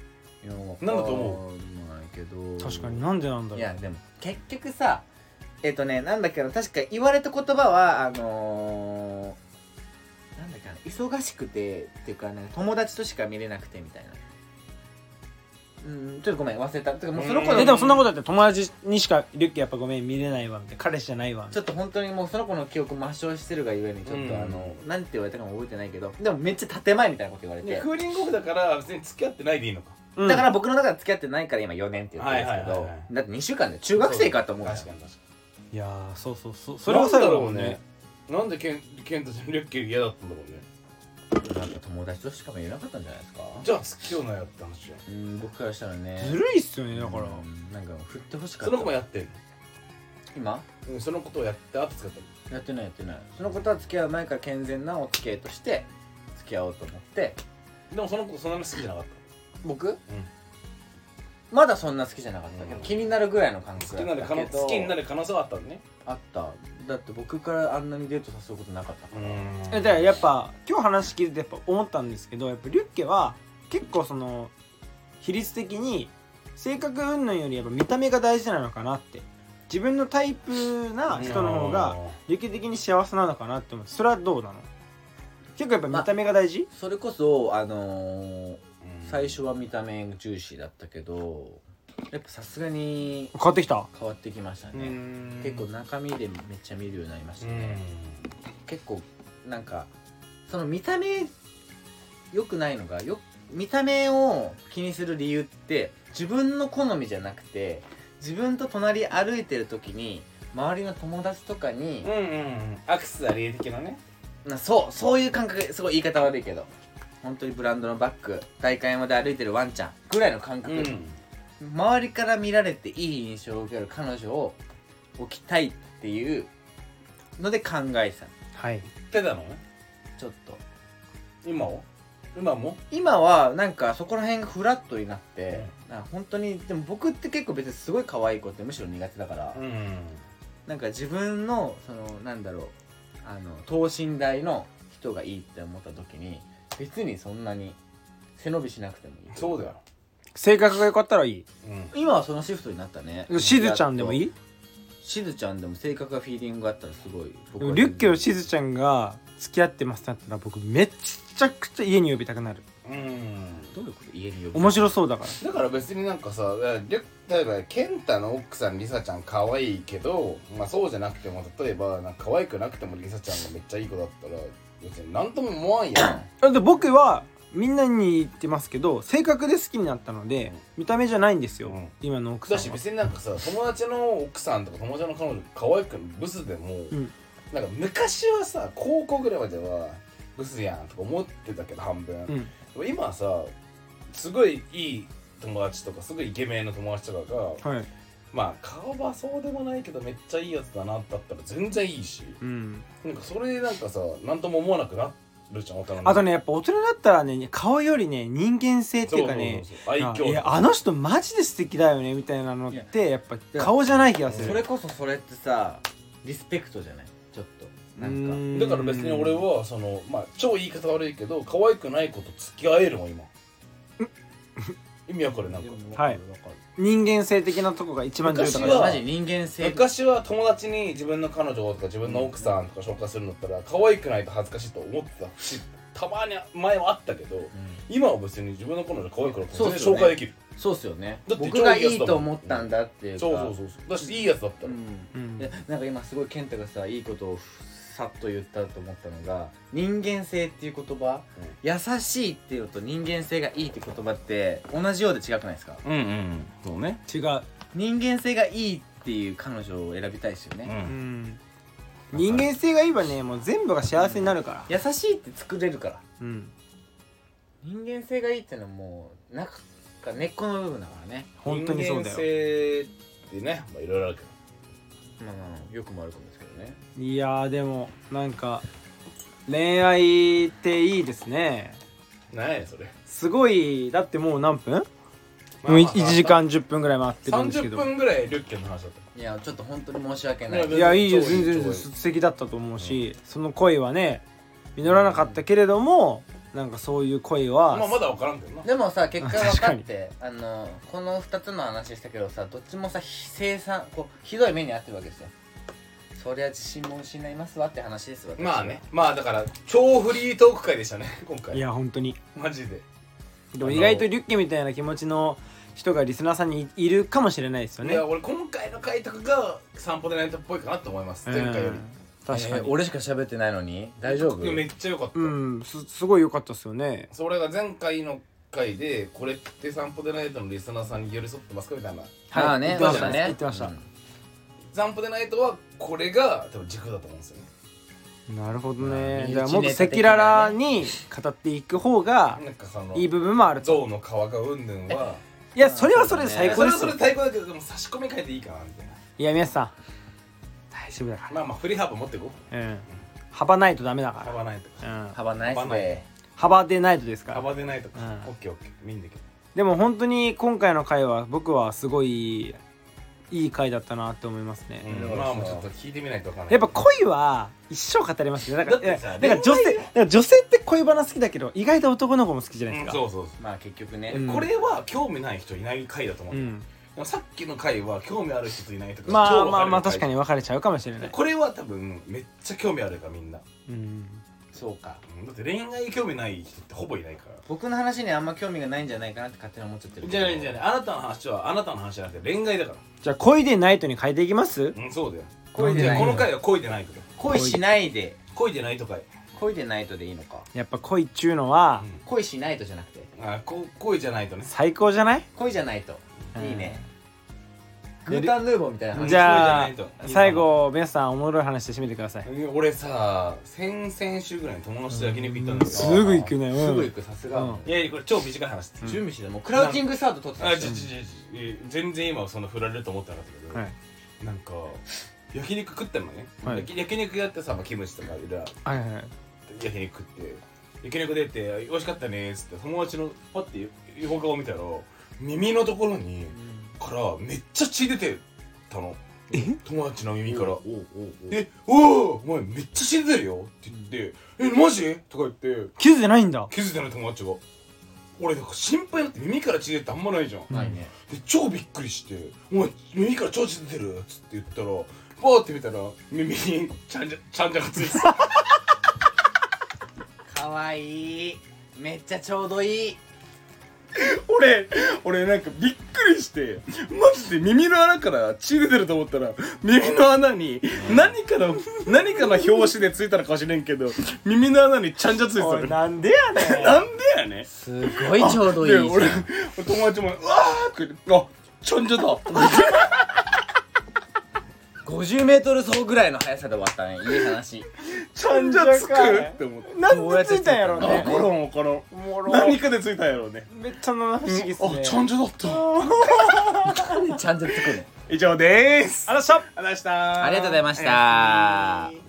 いやなんだと思うけど確かになんでなんだろう。 いやでも結局さえっ、ー、とねなんだっけな確か言われた言葉はあのー、なんだっけな忙しくてっていうかね友達としか見れなくてみたいなうんちょっとごめん忘れたてかもうその子のでもそんなことだって友達にしかリュッケやっぱごめん見れないわみたいな彼氏じゃないわちょっと本当にもうその子の記憶抹消してるがゆえにちょっと、うん、あのなんて言われたかも覚えてないけどでもめっちゃ建前みたいなこと言われてクーリングオフだから別に付き合ってないでいいのか、 うん、だから僕の中で付き合ってないから今よねんって言ってるんですけど、はいはいはいはい、だってにしゅうかんで中学生かと思う確かに確かにいやーそうそうそうそれは最後だもんねなんでケンケンタちゃんリュッケ嫌だったんだろうねなんか友達としかも言えなかったんじゃないですかじゃあ付き合うなよって話ようん僕からしたらねずるいっすよねだからなんか振ってほしかったその子もやってんの今うんそのことをやって後使ったのやってないやってないそのことは付き合う前から健全なお付き合いとして付き合おうと思ってでもその子そんなに好きじゃなかった僕、うん、 まだそんな好きじゃなかったけど、うん、気になるぐらいの感覚だったけど好きになる可能性はあったのねあっただって僕からあんなにデート誘うことなかったからだからやっぱ今日話聞いてやっぱ思ったんですけどやっぱリュッケは結構その比率的に性格云々よりやっぱ見た目が大事なのかなって自分のタイプな人の方がリュッケ的に幸せなのかなって思うそれはどうなの結構やっぱ見た目が大事、 まあ、それこそあのー、最初は見た目重視だったけどやっぱさすがに変わってきた変わってきましたね結構中身でめっちゃ見るようになりましたね結構なんかその見た目良くないのがよ見た目を気にする理由って自分の好みじゃなくて自分と隣歩いてる時に周りの友達とかにうんうんうんアクセサリー的なねなそうそういう感覚すごい言い方悪いけど本当にブランドのバッグ代官山で歩いてるワンちゃんぐらいの感覚、うん周りから見られていい印象を受ける彼女を置きたいっていうので考えてたはい手だのねちょっと今を今も今はなんかそこら辺がフラットになって、うん、なんか本当にでも僕って結構別にすごい可愛い子ってむしろ苦手だから、うん、なんか自分のそのなんだろうあの等身大の人がいいって思った時に別にそんなに背伸びしなくてもいいそうだよ性格が良かったらいい、 うん、今はそのシフトになったねしずちゃんでもいいしずちゃんでも性格がフィーリングがあったらすごい僕リュッケとしずちゃんが付き合ってますってなったら僕めっちゃくちゃ家に呼びたくなるうんどういうこと家に呼ぶ面白そうだからだから別になんかさ例えばケンタの奥さんリサちゃん可愛いけどまあそうじゃなくても例えばなんか可愛くなくてもリサちゃんがめっちゃいい子だったら別に何とも思わんやんで僕はみんなに言ってますけど性格で好きになったので、うん、見た目じゃないんですよ、うん、今の奥さんはだし別になんかさ友達の奥さんとか友達の彼女可愛くブスでも、うん、なんか昔はさ高校ぐらいまではブスやんとか思ってたけど半分、うん、今はさすごいいい友達とかすごいイケメンの友達とかが、はい、まあ顔はそうでもないけどめっちゃいいやつだなだったら全然いいし、うん、なんかそれでなんかさ何とも思わなくなってあとねやっぱ大人だったらね顔よりね人間性っていうかねいやあの人マジで素敵だよねみたいなのってやっぱ顔じゃない気がするそれこそそれってさリスペクトじゃないちょっとなんかだから別に俺はそのまあ超言い方悪いけど可愛くない子と付き合えるもん今意味わかるなんかはい人間性的なとこが一番重要だからマジ人間性昔は友達に自分の彼女とか自分の奥さんとか紹介するんだったら可愛くないと恥ずかしいと思ってたしたまに前はあったけど、うん、今は別に自分の彼女可愛くないと全然紹介できるそうっすよね僕がいいと思ったんだっていうかそうそうそうそうだしいいやつだったら、 うんうん、でなんか今すごい健太がさいいことをさっと言ったと思ったのが人間性っていう言葉、うん、優しいっていうのと人間性がいいって言葉って同じようで違くないですかうんうんそうね違う人間性がいいっていう彼女を選びたいですよね、 うんうん、人間性がいいはねもう全部が幸せになるから、 うん、優しいって作れるから、うん、人間性がいいっていうのはもうなんか根っこの部分だからね本当にそうだよ人間性ってねまあいろいろあるけどまあまあよくもあるかもですけどねいやーでもなんか恋愛っていいですね何やそれすごいだってもう何分、まあまあ、もういちじかんじゅっぷんぐらい待ってるんですけどさんじゅっぷんぐらいリュッケの話だったいやちょっと本当に申し訳ないいやいいよ全然素敵だったと思うし、うん、その恋はね実らなかったけれども、 なんかそういう声はまあまだ分からんけどな。 でもさ結果分かってあのこのふたつの話したけどさどっちもさ生産こうひどい目に遭ってるわけですよ。そりゃ自信も失いますわって話ですわ。 まあね、まあだから超フリートーク会でしたね今回。 いや本当にマジで。 でも意外とリュッケみたいな気持ちの人がリスナーさんにいるかもしれないですよね。 いや俺今回の回とかが散歩でナイトっぽいかなと思います、前回より。 確かに、 えー、俺しか喋ってないのに大丈夫？ めっちゃ良かった。 うんすすごい良かったですよね。 それが前回の回でこれって散歩でナイトのリスナーさんに寄り添ってますかみたいな。 ああね、 言ってましたね言ってました、うん、 散歩でナイトはこれが多分軸だと思うんですよね。 なるほどね。 じゃあもっと赤裸々に語っていく方がなんかそのいい部分もあると。 象の皮がうんぬんはいやそれはそれで最高ですよ。 それはそれ最高だけどでも差し込み変えていいかなみたいな。 いや皆さん大丈夫だから。 まあまあフリーハーブ持っていこう。 うん幅ないとダメだから。 幅ないとか、 うん、 幅ないっすね。 幅でないとですから。 幅でないとか、 うん、 オッケーオッケー、いいんだけど。 でも本当に今回の回は僕はすごいいい回だったなって思いますね。 うん、まあもうちょっと聞いてみないと分かんない。 やっぱ恋は一生語れますね。だからだってさだから女性だから女性って恋バナ好きだけど意外と男の子も好きじゃないですか。 うん、そうそうそう。 まあ結局ね、 うん、 これは興味ない人いない回だと思う。うん、でもさっきの回は興味ある人といない人がまあまあまあ確かに分かれちゃうかもしれない。 これは多分めっちゃ興味あるからみんな。 うん。 そうか。 だって恋愛興味ない人ってほぼいないから。 僕の話にあんま興味がないんじゃないかなって勝手に思っちゃってる。 じゃないじゃない。あなたの話はあなたの話じゃなくて恋愛だから。 じゃあ恋でないとに変えていきます？ うん、そうだよ。 恋でない。 この回は恋でないとか。 恋しないで。 恋でないとか。 恋でないとでいいのか。 やっぱ恋っちゅうのは、 うん、恋しないとじゃなくて。 あ、こ恋じゃないとね。 最高じゃない？ 恋じゃないと。いいね。グータンヌーボーみたいな話。 じゃあ最後皆さんおもろい話で締めてください。 俺さ先々週ぐらいに友達と焼肉行ったんだけど、 すぐ行くね。 すぐ行く、さすが。 いやいやこれ超短い話。 準備してもうクラウチングスタート取ってた。 あ、ちちち全然今はそんな振られると思ってなかったけど、なんか焼肉食ってんのね。焼肉やってさ、キムチとかいろいろ焼肉食って焼肉出て美味しかったねっつって友達のパッて横顔見たら耳のところにからめっちゃ血出てたの。友達の耳から「えおおお前めっちゃ血出てるよ」って言って「えマジ?」とか言って気づいてないんだ。 気づいてない友達が。俺なんか心配になって耳から血出てあんまないじゃん。 ないね。で超びっくりして「お前耳から超血出てる」っつって言ったらバーって見たら耳にちゃんじゃちゃんじゃがついてた。 かわいい。めっちゃちょうどいい。 俺俺なんかびっくりしてマジで耳の穴から血出てると思ったら耳の穴に何かの何かの表紙でついたのかもしれんけど耳の穴にちゃんじゃついてた。 なんでやねん。 なんでやねん。 すごいちょうどいいじゃん。 俺友達も「うわー」って言って「あちゃんじゃだ」 ごじゅうメートル走ぐらいの速さで終わったね。いい話。 ちゃんじゃつくって思って。 なんでついたんやろうね。 分からん分からん。何かでついたんやろうね。 めっちゃ七不思議っすね。 あ、ちゃんじゃだった。 なんでちゃんじゃつくの？ 以上でーす。 ありがとうございました。 ありがとうございました。 ありがとうございました。